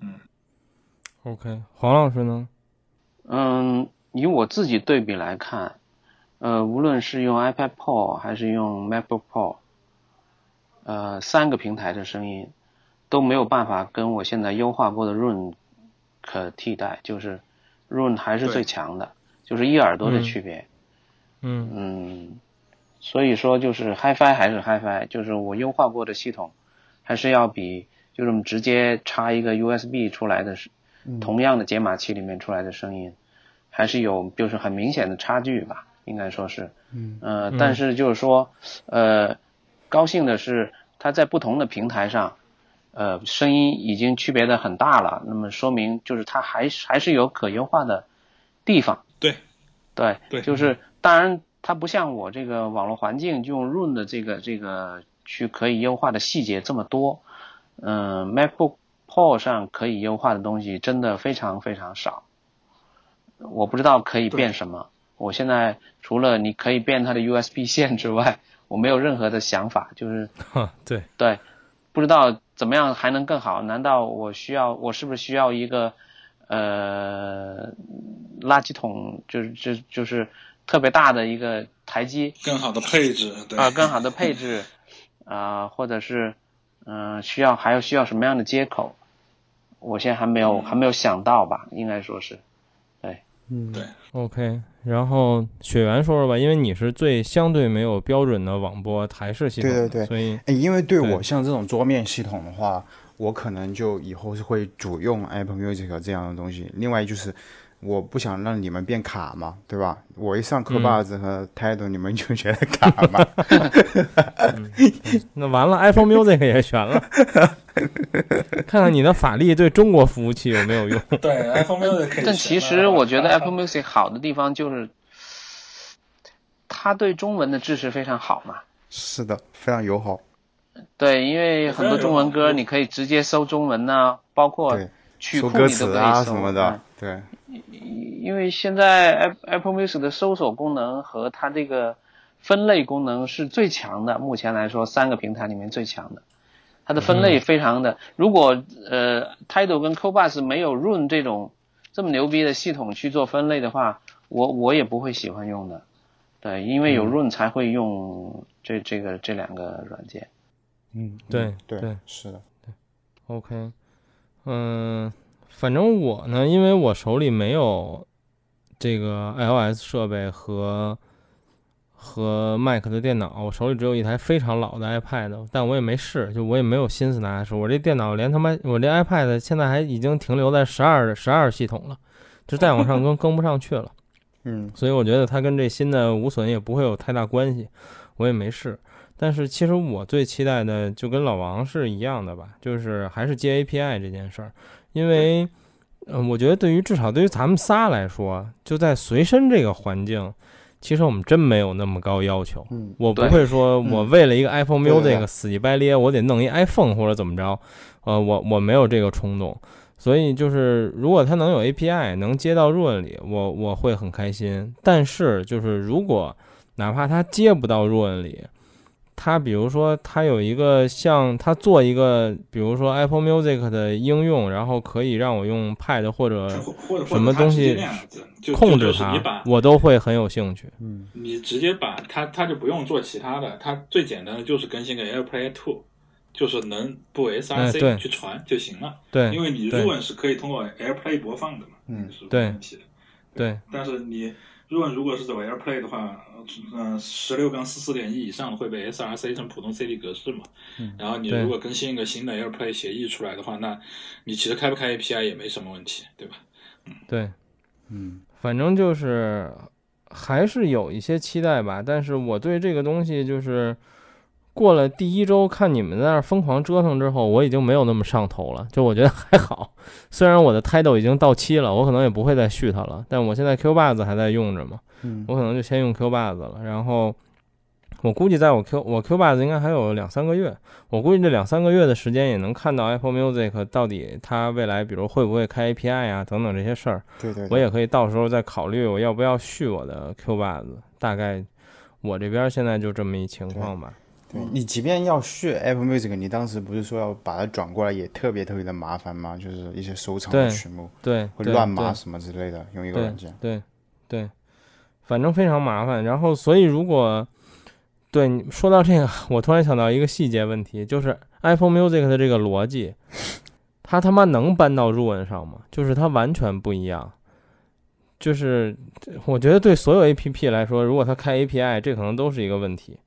，OK， 黄老师呢？ 以我自己对比来看，无论是用 iPad Pro 还是用 MacBook Pro， 3个平台的声音都没有办法跟我现在优化过的 Roon 可替代，就是 Roon 还是最强的，就是一耳朵的区别。所以说就是 HiFi 还是 HiFi， 就是我优化过的系统还是要比就是我们直接插一个 USB 出来的同样的解码器里面出来的声音还是有就是很明显的差距吧，应该说是。但是就是说高兴的是它在不同的平台上声音已经区别的很大了，那么说明就是它还是有可优化的地方。对，就是当然它不像我这个网络环境用 Roon 的这个去可以优化的细节这么多。MacBook Pro 上可以优化的东西真的非常非常少，我不知道可以变什么。我现在除了你可以变它的 USB 线之外，我没有任何的想法，就是对，不知道怎么样还能更好。难道我是不是需要一个垃圾桶，就是特别大的一个台机， 更好的配置，对更好的配置或者是需要什么样的接口？我现在还没有想到吧，应该说是，对， 对 ，OK。然后雪原说说吧，因为你是相对没有标准的网播台式系统， 对， 所以因为对我像这种桌面系统的话，我可能就以后是会主用 Apple Music 这样的东西。另外就是我不想让你们变卡嘛，对吧？我一上Cobas和 Tidal，你们就觉得卡嘛。 那完了 ，Apple Music 也悬了。看看你的法力对中国服务器有没有用？ 对 ，Apple Music 可以。 但其实我觉得 Apple Music 好的地方就是它对中文的支持非常好嘛。 是的，非常友好。 对，因为很多中文歌你可以直接搜中文啊，包括曲库你都可以搜什么的。对， 因为现在 Apple Music 的搜索功能和它这个分类功能是最强的，目前来说3个平台里面最强的。它的分类非常的，如果Tidal 跟 Cobas 没有 Roon 这么牛逼的系统去做分类的话，我也不会喜欢用的。对，因为有 Roon 才会用这2个软件。 对， 是的， 对 ，OK， 反正我呢，因为我手里没有这个 iOS 设备和 Mac 的电脑，我手里只有一台非常老的 iPad， 但我也没试，就我也没有心思拿来试。我这电脑连我这 iPad 现在还已经停留在12系统了，就再往上更不上去了。所以我觉得它跟这新的无损也不会有太大关系，我也没试。但是其实我最期待的就跟老王是一样的吧，就是还是接 API 这件事儿，因为我觉得至少对于咱们仨来说，就在随身这个环境，其实我们真没有那么高要求。我不会说我为了一个 Apple Music 死乞白咧，我得弄一 iPhone 或者怎么着，我没有这个冲动。所以就是如果它能有 API 能接到 Roon 里，我会很开心。但是就是如果哪怕它接不到 Roon 里，它比如说它有一个像它做一个比如说 Apple Music 的应用，然后可以让我用 Pad 或者什么东西控制它，我都会很有兴趣。 你直接把它就不用做其他的，它最简单的就是更新个 AirPlay 2，就是能布 SRC 去传就行了。 对， 因为你 Roon 是可以通过 AirPlay 播放的嘛，是没问题的。 对， 但是你如果是走 AirPlay 的话，16杠44.1以上的会被 SRC 成普通 CD 格式嘛。然后你如果更新一个新的 AirPlay 协议出来的话，那你其实开不开 API 也没什么问题，对吧？ 对，反正就是还是有一些期待吧。但是我对这个东西就是过了第1周看你们在那儿疯狂折腾之后，我已经没有那么上头了，就我觉得还好。虽然我的 Tidal 已经到期了，我可能也不会再续它了，但我现在 Qbuzz 还在用着嘛，我可能就先用 Qbuzz 了。然后我估计在我 Qbuzz 应该还有2-3个月，我估计这2-3个月的时间也能看到 Apple Music 到底它未来比如会不会开 API 啊等等这些事儿。 对， 我也可以到时候再考虑我要不要续我的 Qbuzz。大概我这边现在就这么一情况吧。 对，你即便要续 Apple Music， 你当时不是说要把它转过来也特别的麻烦吗？就是一些收藏的曲目， 对， 会乱码什么之类的，用一个软件。 对，反正非常麻烦。然后，所以如果对你说到这个，我突然想到一个细节问题，就是 Apple Music 的这个逻辑，它他妈能搬到入文上吗？就是它完全不一样。就是我觉得对所有 APP 来说，如果它开 API， 这可能都是一个问题。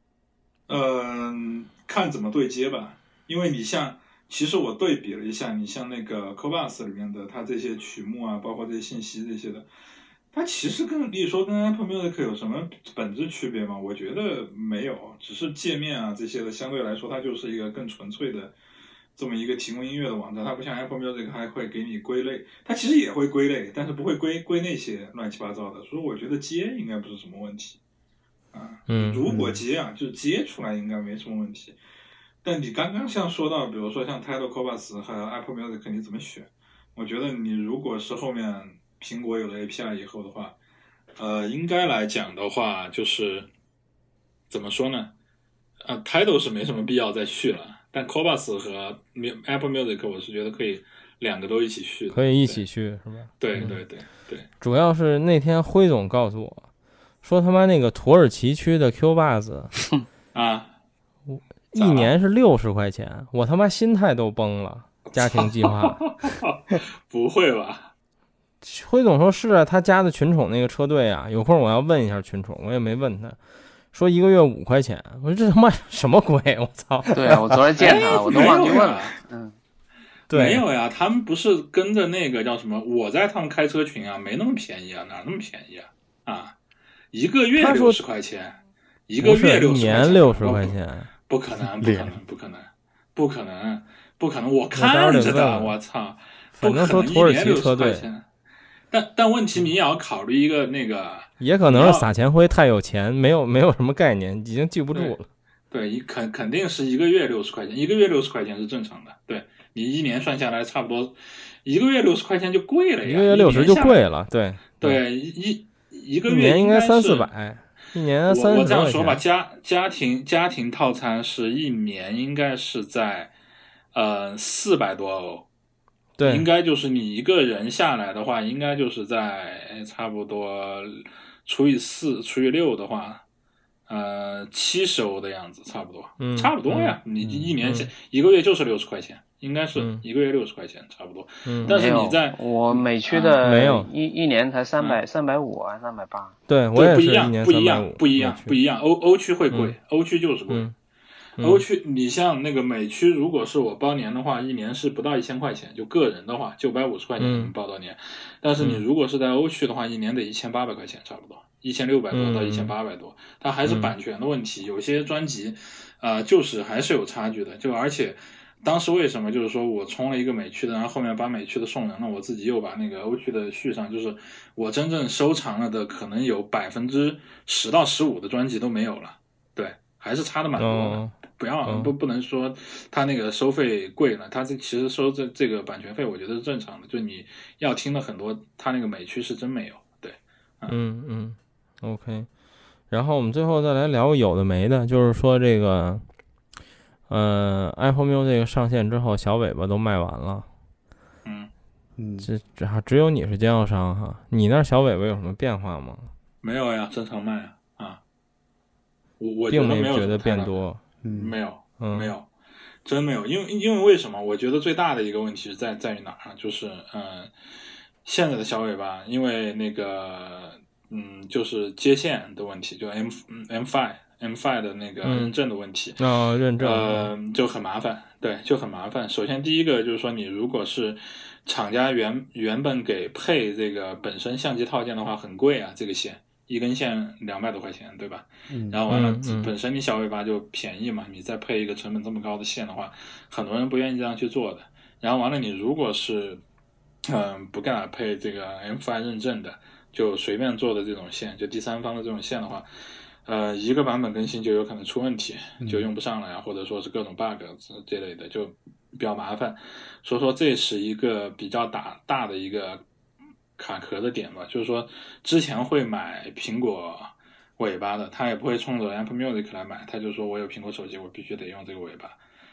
看怎么对接吧。因为你像，其实我对比了一下，你像那个 Qbuzz 里面的它这些曲目啊，包括这些信息这些的，它其实你说跟 Apple Music 有什么本质区别吗？我觉得没有，只是界面啊这些的相对来说，它就是一个更纯粹的这么一个提供音乐的网站。它不像 Apple Music 还会给你归类，它其实也会归类，但是不会归那些乱七八糟的，所以我觉得接应该不是什么问题啊。如果接啊，就接出来应该没什么问题。但你刚刚像说到，比如说像 Tidal Qbuzz 和 Apple Music 你怎么选？我觉得你如果是后面苹果有了 API 以后的话，应该来讲的话，就是怎么说呢？Tidal 是没什么必要再续了，但 Qbuzz 和 Apple Music 我是觉得可以两个都一起续的， 可以一起续是吧？ 对。 主要是那天辉总告诉我说，他妈那个土耳其区的 Qbuzz 啊， 一年是60块钱，我他妈心态都崩了。家庭计划不会吧？ 辉总说是啊，他加的群宠那个车队啊，有空我要问一下群宠，我也没问他，说1个月5块钱，我说这他妈什么鬼？我操！ 对啊，我昨天见他，我都忘记问了。 对， 没有呀，他们不是跟着那个叫什么？我在他们开车群啊，没那么便宜啊，哪那么便宜啊？1个月60块钱，1个月60块钱， 一年60块钱， 不可能，我看着的，我操， 反正说土耳其车队， 但问题你也要考虑一个那个， 也可能是撒钱灰太有钱，没有什么概念，已经记不住了。 对，肯定是1个月60块钱，1个月60块钱是正常的。对，你一年算下来差不多，1个月60块钱就贵了呀。1 个月60就贵了，对， 一个月一年应该300-400，一年30。 我这样说吧，家庭套餐是一年应该是在400多欧。 对， 应该就是你一个人下来的话，应该就是在差不多除以4除以6的话，70欧的样子，差不多，差不多呀。你一年1个月就是60块钱，应该是1个月60块钱，差不多。但是你在我美区的没有一年才350还是380？ 对，我也是一年 350， 不一样。欧区会贵，欧区就是贵。欧区，你像那个美区，如果是我包年的话，一年是不到1000块钱，就个人的话，950块钱能包到年。但是你如果是在欧区的话，一年得1800块钱，差不多1600多到1800多，它还是版权的问题。有些专辑，就是还是有差距的。就而且当时为什么就是说我充了一个美区的，然后后面把美区的送人了，我自己又把那个欧区的续上，就是我真正收藏了的，可能有10%到15%的专辑都没有了。对，还是差的蛮多的。不能说他那个收费贵了，他其实收这个版权费，我觉得是正常的。就你要听的很多，他那个美区是真没有。对 ，OK。然后我们最后再来聊有的没的，就是说这个Apple Music 上线之后，小尾巴都卖完了。这只有你是经销商哈，你那小尾巴有什么变化吗？ 没有呀，正常卖啊。我并没觉得变多。 没有，真没有，因为为什么？我觉得最大的一个问题是在于哪儿？就是现在的小尾巴，因为那个就是接线的问题，就 M5 的那个认证的问题， 认证就很麻烦，对，就很麻烦。首先第一个就是说，你如果是厂家原本给配这个本身相机套件的话，很贵啊，这个线一根线200多块钱，对吧？然后完了，本身你小尾巴就便宜嘛，你再配一个成本这么高的线的话，很多人不愿意这样去做的。然后完了，你如果是不给它配这个 MFI 认证的，就随便做的这种线，就第三方的这种线的话，一个版本更新就有可能出问题，就用不上了呀，或者说是各种 bug 这类的，就比较麻烦。所以说这是一个比较大的一个卡壳的点吧，就是说之前会买苹果尾巴的，他也不会冲着 Apple Music 来买，他就说我有苹果手机，我必须得用这个尾巴。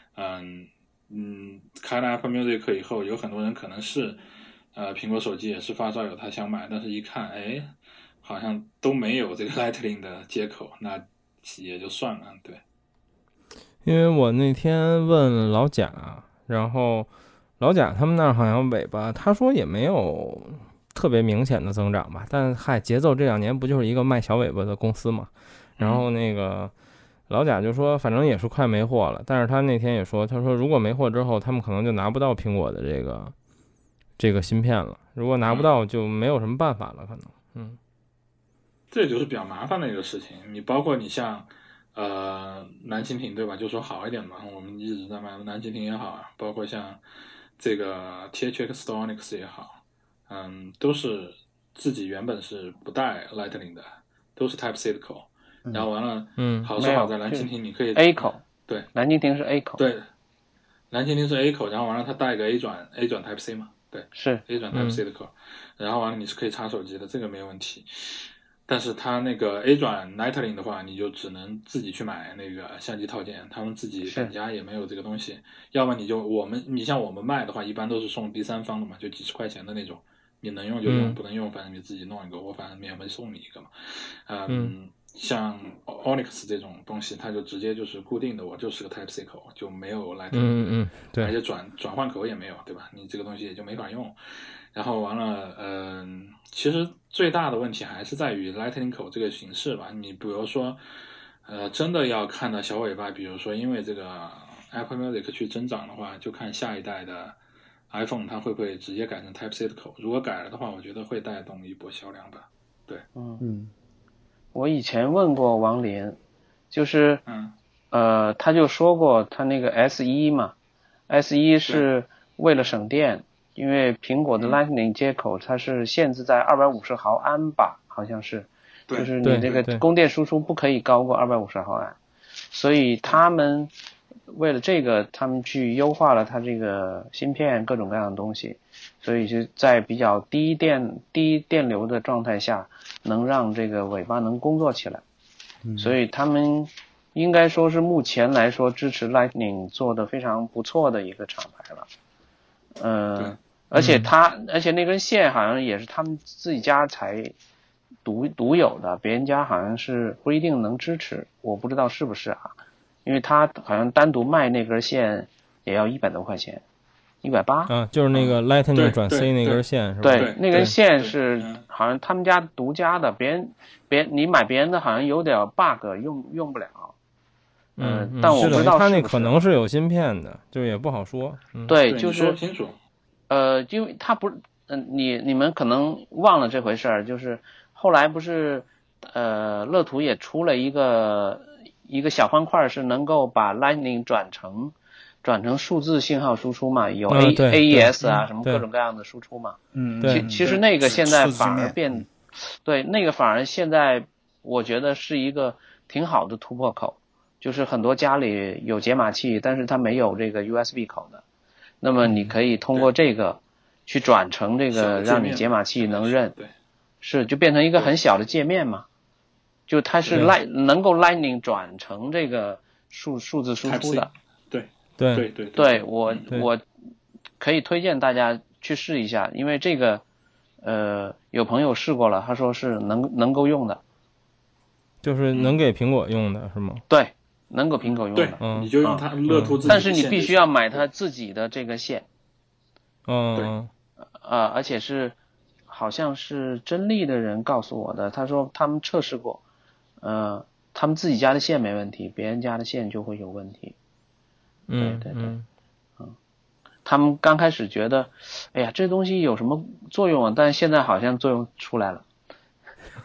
开了 Apple Music 以后，有很多人可能是苹果手机也是发烧友，他想买，但是一看，哎，好像都没有这个 Lightning 的接口，那也就算了。对， 因为我那天问老贾，然后老贾他们那儿好像尾巴，他说也没有特别明显的增长吧，但嗨，节奏这2年不就是一个卖小尾巴的公司嘛？然后那个老贾就说，反正也是快没货了，但是他那天也说，他说如果没货之后，他们可能就拿不到苹果的这个芯片了，如果拿不到就没有什么办法了，可能， 这就是比较麻烦的一个事情。你包括你像蓝蜻蜓对吧？就说好一点嘛，我们一直在卖蓝蜻蜓也好，包括像这个 THX Stornix 也好，都是自己原本是不带 Lightning 的，都是 Type C 的口。然后完了，好是好在蓝蜻蜓你可以 A 口， 对， 蓝蜻蜓是 A 口， 对，蓝蜻蜓是 A 口，然后完了它带个 A 转 Type C 嘛，对， 是 A 转 Type C 的口，然后完了你是可以插手机的，这个没有问题。但是它那个 A 转 Lightning 的话，你就只能自己去买那个相机套件，他们自己本家也没有这个东西。要么你像我们卖的话，一般都是送第三方的嘛，就几十块钱的那种，你能用就用，不能用反正你自己弄一个，我反正免费送你一个嘛。像 Onyx 这种东西，它就直接就是固定的，我就是个 Type C 口，就没有 Lightning， 对， 而且转换口也没有，对吧？你这个东西也就没法用。然后完了，其实最大的问题还是在于 Lightning 口这个形式吧。你比如说，真的要看到小尾巴，比如说因为这个 Apple Music 去增长的话，就看下一代的 iPhone 它会不会直接改成 Type C 的口。如果改了的话，我觉得会带动一波销量吧。对， 我以前问过王林，就是他就说过他那个 S1 嘛，S1 是为了省电，因为苹果的 Lightning 接口它是限制在250毫安吧，好像是，就是你这个供电输出不可以高过250毫安，所以他们为了这个，他们去优化了它这个芯片各种各样的东西，所以就在比较低电流的状态下，能让这个尾巴能工作起来。所以他们应该说是目前来说支持 Lightning 做的非常不错的一个厂牌了。而且那根线好像也是他们自己家才独有的，别人家好像是不一定能支持，我不知道是不是啊。因为他好像单独卖那根线也要100多块钱，180。 就是那个 Lightning 转 C 那根线是吧？ 对，那根线是好像他们家独家的，你买别人的好像有点 bug， 用不了。但我不知道他那可能是有芯片的，就也不好说。 对，就是说清楚。 因为他不是，你们可能忘了这回事儿，就是后来不是乐图也出了一个小方块，是能够把 Lightning 转成数字信号输出嘛，有 AES 啊什么各种各样的输出嘛。其实那个现在反而对，那个反而现在我觉得是一个挺好的突破口，就是很多家里有解码器，但是它没有这个 USB 口的，那么你可以通过这个去转成这个让你解码器能认，就变成一个很小的界面嘛。就它是能够 Lightning 转成这个数字输出的。对，我可以推荐大家去试一下，因为这个有朋友试过了，他说是能够用的， 就是能给苹果用的是吗？ 对，能够苹果用的。 你就用它乐图自己的线， 但是你必须要买它自己的这个线。而且是好像是真力的人告诉我的，他说他们测试过，他们自己家的线没问题，别人家的线就会有问题。对，他们刚开始觉得，哎呀，这东西有什么作用啊？但是现在好像作用出来了。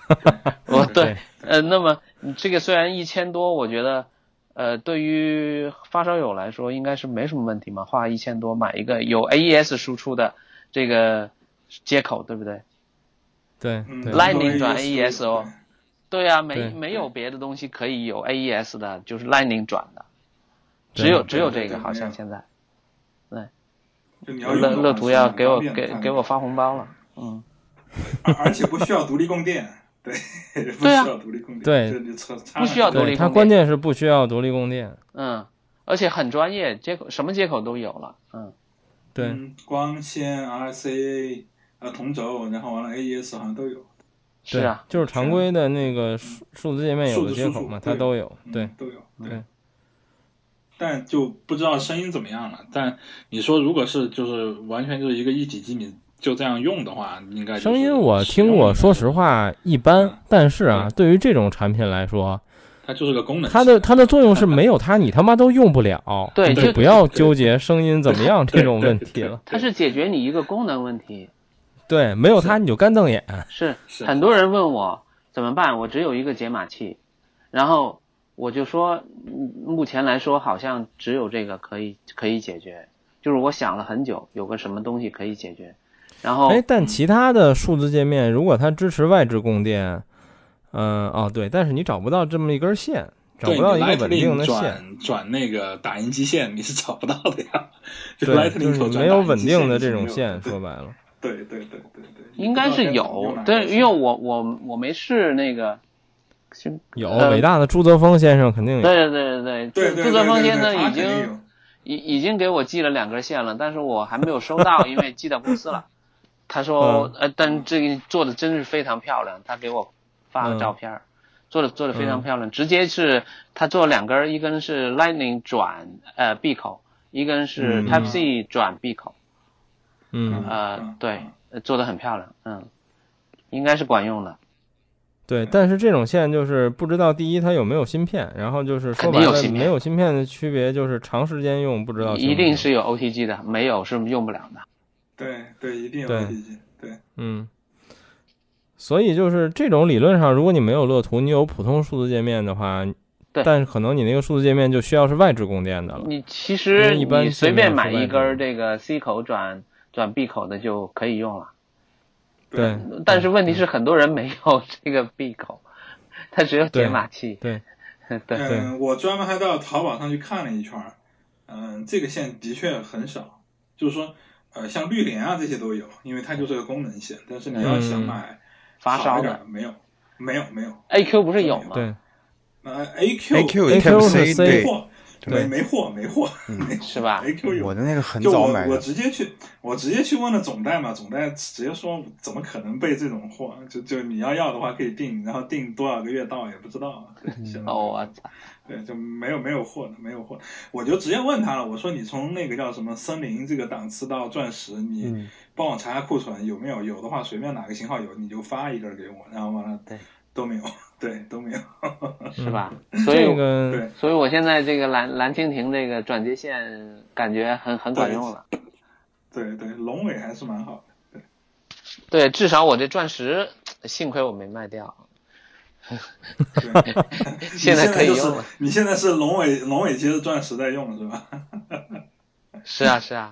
对，那么这个虽然1000多，我觉得对于发烧友来说应该是没什么问题嘛，花1000多买一个有 AES 输出的这个接口，对不对？ 对 ，Lightning 转 AES 哦。对啊，没有别的东西可以有 AES 的，就是 Lightning 转的，只有这个，好像现在。对，乐图要给我发红包了， 而且不需要独立供电，对，不需要独立供电， 对， 不需要独立供电， 它关键是不需要独立供电， 而且很专业，接口什么接口都有了， 对， 光纤、RCA 同轴，然后完了 AES 好像都有。 是啊， 就是常规的那个数字界面有个接口嘛，它都有，对， 都有，对。但就不知道声音怎么样了。但你说如果是就是完全就是一个1体机米就这样用的话，应该声音我听过，说实话一般。但是啊，对于这种产品来说， 它就是个功能， 它的作用是没有它你他妈都用不了。 对， 就不要纠结声音怎么样这种问题了。 它是解决你一个功能问题。 对，没有它你就干瞪眼。 是很多人问我怎么办，我只有一个解码器，然后我就说目前来说好像只有这个可以解决，就是我想了很久有个什么东西可以解决，然后但其他的数字界面如果它支持外置供电，对，但是你找不到这么一根线，找不到一个稳定的线， 转那个打印机线你是找不到的呀。 对，就是没有稳定的这种线，说白了。 对， 应该是有，对，因为我没试那个。 有伟大的朱泽峰先生肯定有。 对，朱泽峰先生已经给我寄了2根线了，但是我还没有收到，因为寄到公司了。他说但这个做的真是非常漂亮，他给我发了照片，做的非常漂亮，直接是他做2根，一根是 Lightning 转闭口，一根是 Type C 转闭口。对，做的很漂亮，应该是管用的。 对，但是这种线就是不知道第一它有没有芯片，然后就是说白了没有芯片的区别就是长时间用不知道一定是有 OTG 的，没有是用不了的。 对，一定有 OTG。对， 所以就是这种理论上，如果你没有乐图，你有普通数字界面的话，但是可能你那个数字界面就需要是外置供电的了。 你其实你随便买一根这个 C 口转 B 口的就可以用了。 对， 但是问题是很多人没有这个闭口，它只有解码器。 对， 我专门还到淘宝上去看了一圈，这个线的确很少，就是说像绿联啊这些都有，因为它就是个功能线，但是你要想买发烧的没有。 AQ 不是有吗？ 对 ，AQ 是 C。 没货， 是吧？ AQ 有， 我的那个很早买的， 我直接去问了总代嘛，总代直接说怎么可能备这种货？就你要的话可以订，然后订多少个月到也不知道。 我操！ 对，就没有货的，我就直接问他了，我说你从那个叫什么森林这个档次到钻石，你帮我查下库存有没有？有的话随便哪个型号有你就发一根给我，然后完了都没有。对，都没有， 是吧？所以我现在这个蓝蜻蜓这个转接线感觉很管用了。 对，龙尾还是蛮好的。 对，至少我这钻石，幸亏我没卖掉。现在可以用了。 你现在是龙尾接着钻石在用是吧？ 是啊。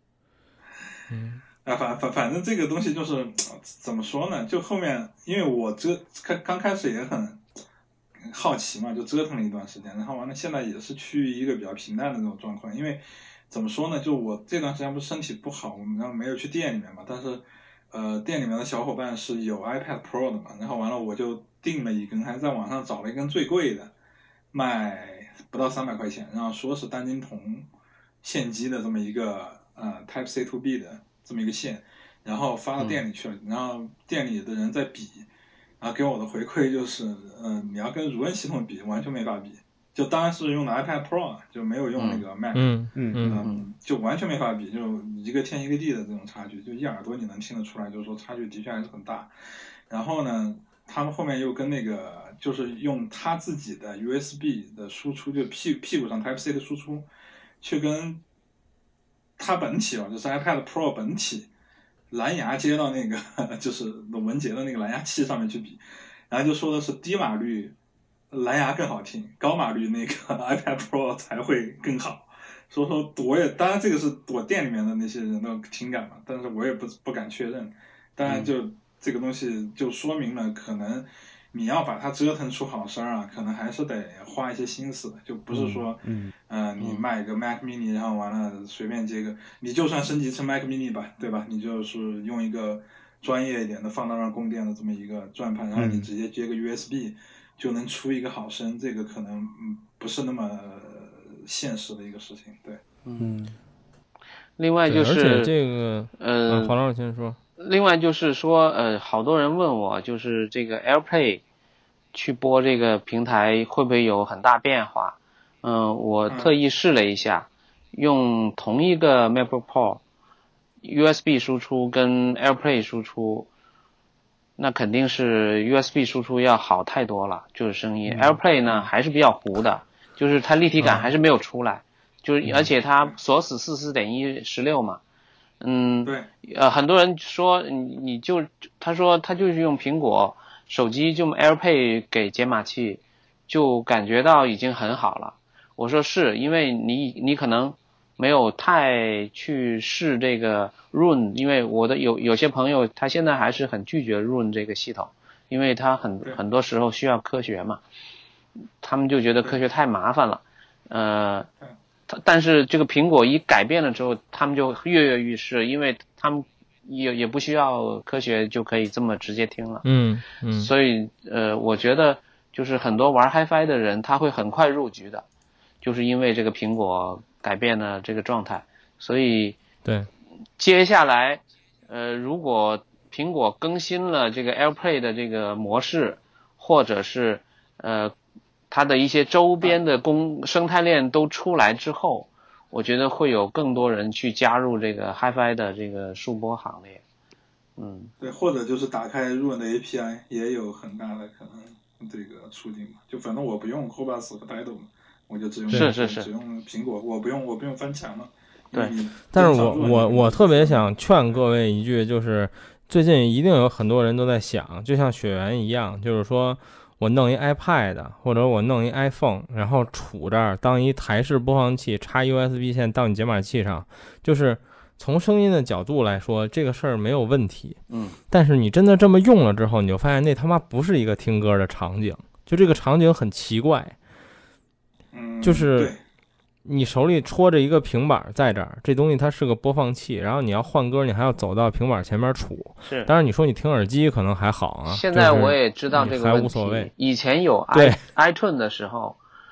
反正这个东西就是怎么说呢？就后面因为我刚开始也很好奇嘛，就折腾了一段时间，然后完了现在也是趋于一个比较平淡的这种状况。因为怎么说呢？就我这段时间不是身体不好，我们然后没有去店里面嘛，但是店里面的小伙伴是有 iPad Pro 的嘛，然后完了我就订了一根，还在网上找了一根最贵的，卖不到300块钱，然后说是单晶铜线机的这么一个Type C to B 的这么一个线，然后发到店里去了，然后店里的人在比，然后给我的回馈就是你要跟如恩系统比完全没法比，就当然是用的 iPad Pro 就没有用那个 Mac， 就完全没法比，就一个天一个地的这种差距，就一耳朵你能听得出来，就是说差距的确还是很大。然后呢他们后面又跟那个就是用他自己的 USB 的输出，就屁股上 Type C 的输出去跟它本体就是 iPad Pro 本体蓝牙接到那个就是文杰的那个蓝牙器上面去比， 然后就说的是低码率蓝牙更好听，高码率那个 iPad Pro 才会更好。所以说我也当然这个是我店里面的那些人的情感嘛，但是我也不敢确认。当然就这个东西就说明了，可能你要把它折腾出好声啊，可能还是得花一些心思，就不是说你卖个 Mac Mini 然后完了随便接个，你就算升级成 Mac Mini 吧，对吧？你就是用一个专业一点的放到那儿供电的这么一个转盘，然后你直接接个 USB 就能出一个好声，这个可能不是那么现实的一个事情。对， 另外就是， 而且这个黄老师先说。 另外就是说，好多人问我，就是这个 AirPlay 去播这个平台会不会有很大变化？我特意试了一下，用同一个 MacBook Pro USB 输出跟 AirPlay 输出，那肯定是 USB 输出要好太多了，就是声音。AirPlay 呢还是比较糊的，就是它立体感还是没有出来，就是而且它锁死44.116嘛。 对， 很多人说他说他就是用苹果手机就 AirPlay 给解码器，就感觉到已经很好了。我说是因为你可能没有太去试这个 Roon， 因为我的有些朋友他现在还是很拒绝 Roon 这个系统，因为他很多时候需要科学嘛，他们就觉得科学太麻烦了。但是这个苹果一改变了之后，他们就跃跃欲试，因为他们也不需要科学就可以这么直接听了。所以我觉得就是很多玩 HiFi 的人他会很快入局的，就是因为这个苹果改变了这个状态。所以对， 接下来如果苹果更新了这个 AirPlay 的这个模式，或者是它的一些周边的生态链都出来之后，我觉得会有更多人去加入这个 HiFi 的这个数播行列。 对，或者就是打开 Roon 的 API 也有很大的可能这个促进嘛。就反正我不用 Cobas 和 Tidal 嘛，我就只用只用苹果，我不用翻墙了。 对， 但是我特别想劝各位一句，就是最近一定有很多人都在想，就像雪原一样，就是说我弄一 iPad 或者我弄一 iPhone， 然后杵这儿当一台式播放器，插 USB 线到你解码器上，就是从声音的角度来说，这个事儿没有问题。但是你真的这么用了之后，你就发现那他妈不是一个听歌的场景，就这个场景很奇怪。就是你手里戳着一个平板在这儿，这东西它是个播放器，然后你要换歌，你还要走到平板前面杵。 是， 当然你说你听耳机可能还好啊。 现在我也知道这个问题， 还无所谓。 以前有 iTunes 的时候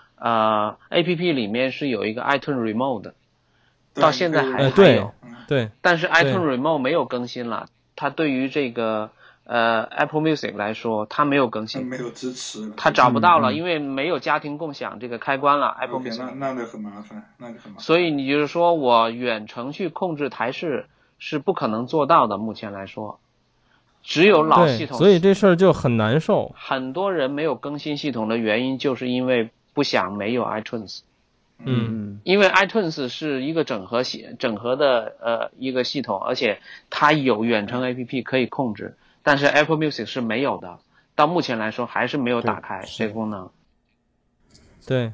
，APP 里面是有一个 iTunes Remote 的，到现在还有。 对。 但是 iTunes Remote 没有更新了，它对于这个Apple Music 来说，它没有更新， 没有支持， 它找不到了，因为没有家庭共享这个开关了。Apple Music 那很麻烦， 所以你就是说我远程去控制台式是不可能做到的，目前来说，只有老系统。 所以这事儿就很难受。 很多人没有更新系统的原因，就是因为不想没有 iTunes。因为 iTunes 是一个整合的一个系统，而且它有远程 APP 可以控制。但是 Apple Music 是没有的，到目前来说还是没有打开这个功能。 对，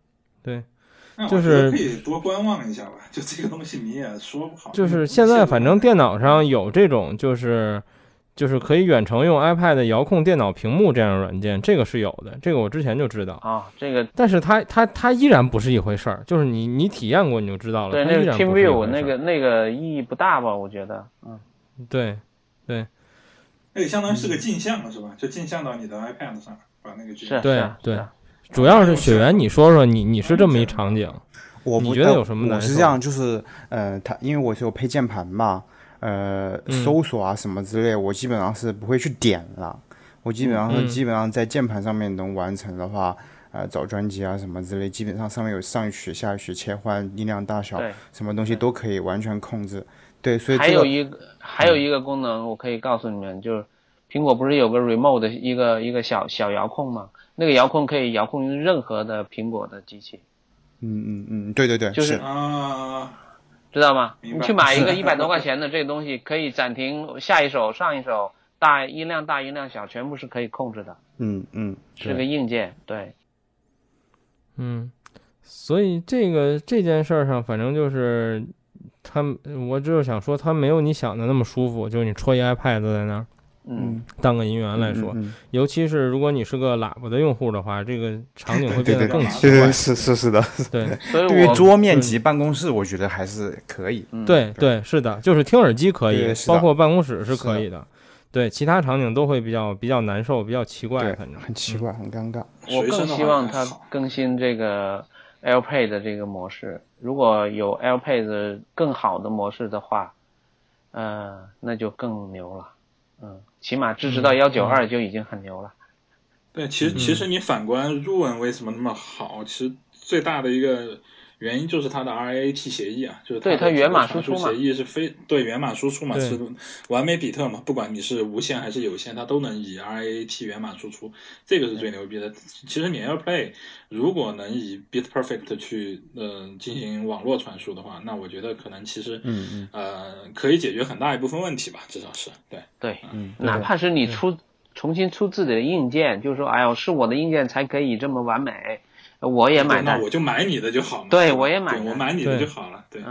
就是可以多观望一下吧。就这个东西你也说不好。 就是现在反正电脑上有这种就是可以远程用 iPad 遥控电脑屏幕这样的软件，这个是有的，这个我之前就知道啊。这个， 但是它依然不是一回事儿，就是你体验过你就知道了。 对，那个 TeamView 那个意义不大吧？我觉得， 对。 那个相当于是个镜像是吧？就镜像到你的 iPad 上，把那个是。 对，主要是雪原，你说说你是这么一场景，你觉得有什么难受？ 我是这样，就是它因为我是有配键盘嘛，搜索啊什么之类，我基本上是不会去点了。我基本上在键盘上面能完成的话，找专辑啊什么之类，基本上上面有上曲、下曲、切换音量大小，什么东西都可以完全控制。对，所以还有一个功能，我可以告诉你们，就是苹果不是有个 remote 的一个小遥控吗？那个遥控可以遥控任何的苹果的机器。 对， 就是知道吗？你去买一个100多块钱的这个东西，可以暂停下一首、上一首、 音量大音量小全部是可以控制的。 是个硬件，对。 所以这件事儿上，反正就是我只有想说，它没有你想的那么舒服，就是你戳一 iPad 在那儿。当个音源来说，尤其是如果你是个喇叭的用户的话，这个场景会变得更奇怪。 是的， 对。 对于桌面级办公室，我觉得还是可以。 对，是的，就是听耳机可以，包括办公室是可以的。对，其他场景都会比较难受，比较奇怪，反正很奇怪，很尴尬。 我更希望它更新这个 AirPlay 的这个模式，如果有 AirPlay 的更好的模式的话，那就更牛了。起码支持到192就已经很牛了。 对，其实你反观入文为什么那么好，其实最大的一个原因就是它的 RAAT 协议啊，就是它源码输出协议是源码输出嘛，是完美比特嘛，不管你是无线还是有线，它都能以 RAAT 源码输出，这个是最牛逼的。其实你 AirPlay 如果能以 BitPerfect 去进行网络传输的话，那我觉得可能其实可以解决很大一部分问题吧，至少是对，哪怕是你重新出自己的硬件，就是说，哎呦，是我的硬件才可以这么完美。我也买单， 那我就买你的就好了。 对，我也买， 我买你的就好了。对，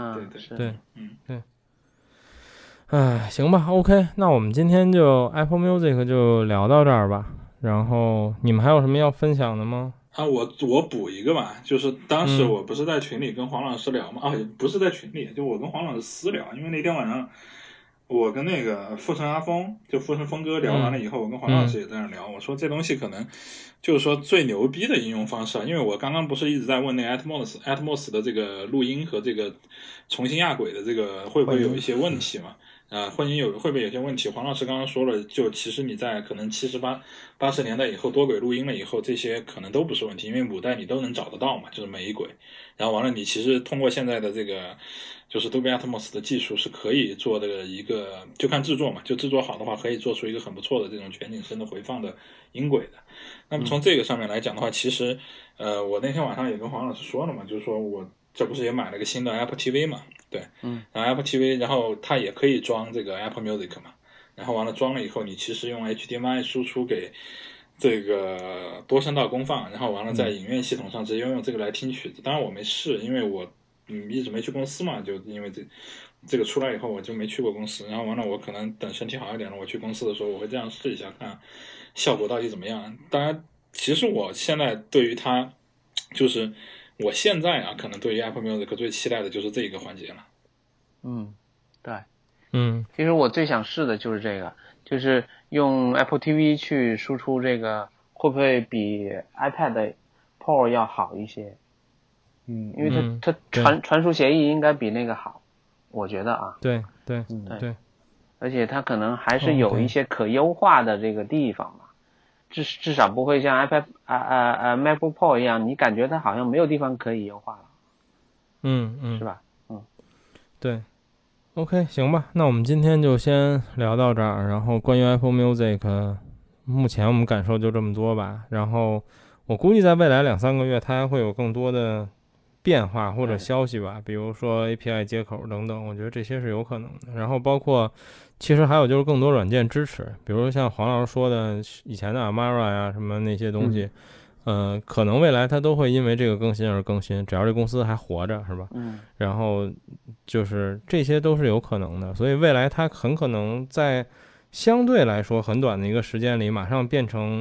行吧 ，OK， 那我们今天就 Apple Music 就聊到这儿吧。然后你们还有什么要分享的吗？ 我补一个吧，就是当时我不是在群里跟黄老师聊吗？不是在群里，就我跟黄老师私聊，因为那天晚上我跟那个富城阿峰，就富城峰哥聊完了以后，我跟黄老师也在那聊，我说这东西可能就是说最牛逼的应用方式，因为我刚刚不是一直在问那个 Atmos 的这个录音和这个重新压轨的这个会不会有一些问题嘛？混音会不会有些问题？黄老师刚刚说了，就其实你在可能70、80年代以后多轨录音了以后，这些可能都不是问题，因为母带你都能找得到嘛，就是每一轨。然后完了，你其实通过现在的这个就是 Dolby Atmos 的技术是可以做的一个，就看制作嘛，就制作好的话，可以做出一个很不错的这种全景声的回放的音轨的。那么从这个上面来讲的话，其实我那天晚上也跟黄老师说了嘛，就是说我这不是也买了个新的 Apple TV 嘛，对，然后 Apple TV， 然后它也可以装这个 Apple Music 嘛，然后完了装了以后，你其实用 HDMI 输出给这个多声道功放，然后完了在影院系统上直接用这个来听曲子。当然我没试，因为我一直没去公司嘛，就因为这个出来以后我就没去过公司，然后完了我可能等身体好一点了，我去公司的时候我会这样试一下，看效果到底怎么样。当然其实我现在对于它就是我现在可能对于 Apple Music 最期待的就是这一个环节了。 对，其实我最想试的就是这个，就是用 Apple TV 去输出这个，会不会比 iPad Pro 要好一些？因为它传输协议应该比那个好，我觉得啊。 对， 而且它可能还是有一些可优化的这个地方吧，至少不会像 iPad MacBook Pro 一样，你感觉它好像没有地方可以优化了。是吧？ 对。OK， 行吧，那我们今天就先聊到这儿。然后关于 Apple Music， 目前我们感受就这么多吧。然后我估计在未来2-3个月，它还会有更多的变化或者消息吧，比如说 API 接口等等，我觉得这些是有可能的。然后包括其实还有就是更多软件支持，比如像黄老师说的以前的 Amara 呀什么那些东西。可能未来它都会因为这个更新而更新，只要这公司还活着，是吧？然后就是这些都是有可能的，所以未来它很可能在相对来说很短的一个时间里，马上变成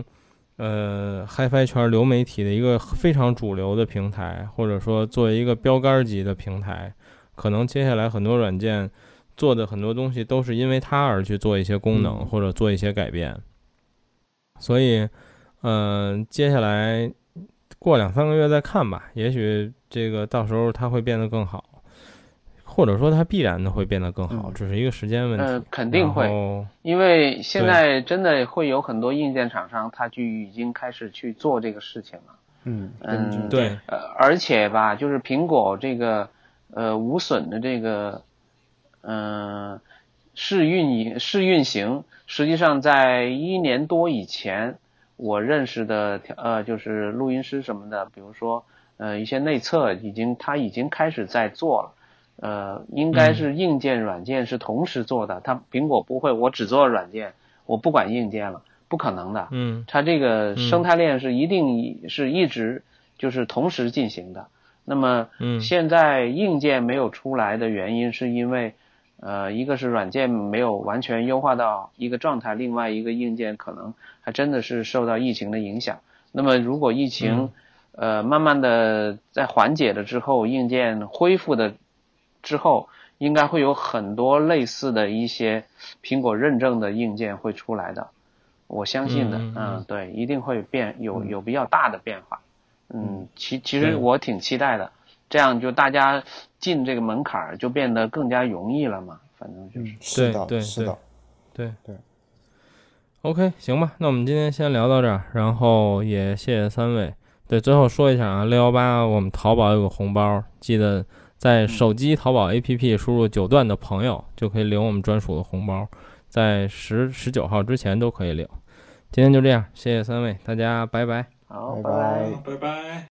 HiFi 圈流媒体的一个非常主流的平台，或者说作为一个标杆级的平台，可能接下来很多软件做的很多东西都是因为它而去做一些功能或者做一些改变，所以。接下来过2-3个月再看吧，也许这个到时候它会变得更好，或者说它必然的会变得更好，只是一个时间问题。 肯定会，因为现在真的会有很多硬件厂商，它就已经开始去做这个事情了。 对。 而且吧，就是苹果这个无损的这个试运行，实际上在1年多以前。我认识的就是录音师什么的，比如说一些内测他已经开始在做了，应该是硬件软件是同时做的，苹果不会我只做软件， 我不管硬件了，不可能的。 它这个生态链是一定是一直就是同时进行的。那么现在硬件没有出来的原因是因为一个是软件没有完全优化到一个状态，另外一个硬件可能还真的是受到疫情的影响。那么如果疫情慢慢的在缓解了之后，硬件恢复的之后，应该会有很多类似的一些苹果认证的硬件会出来的，我相信的。对，一定会有比较大的变化。其实我挺期待的，这样就大家进这个门槛就变得更加容易了嘛，反正就是。 是的。对。 OK， 行吧，那我们今天先聊到这儿，然后也谢谢3位。对，最后说一下啊，618我们淘宝有个红包，记得在手机淘宝 APP 输入9段的朋友就可以领我们专属的红包，在19号之前都可以领。今天就这样，谢谢3位，大家拜拜。 好， 拜拜。 拜拜。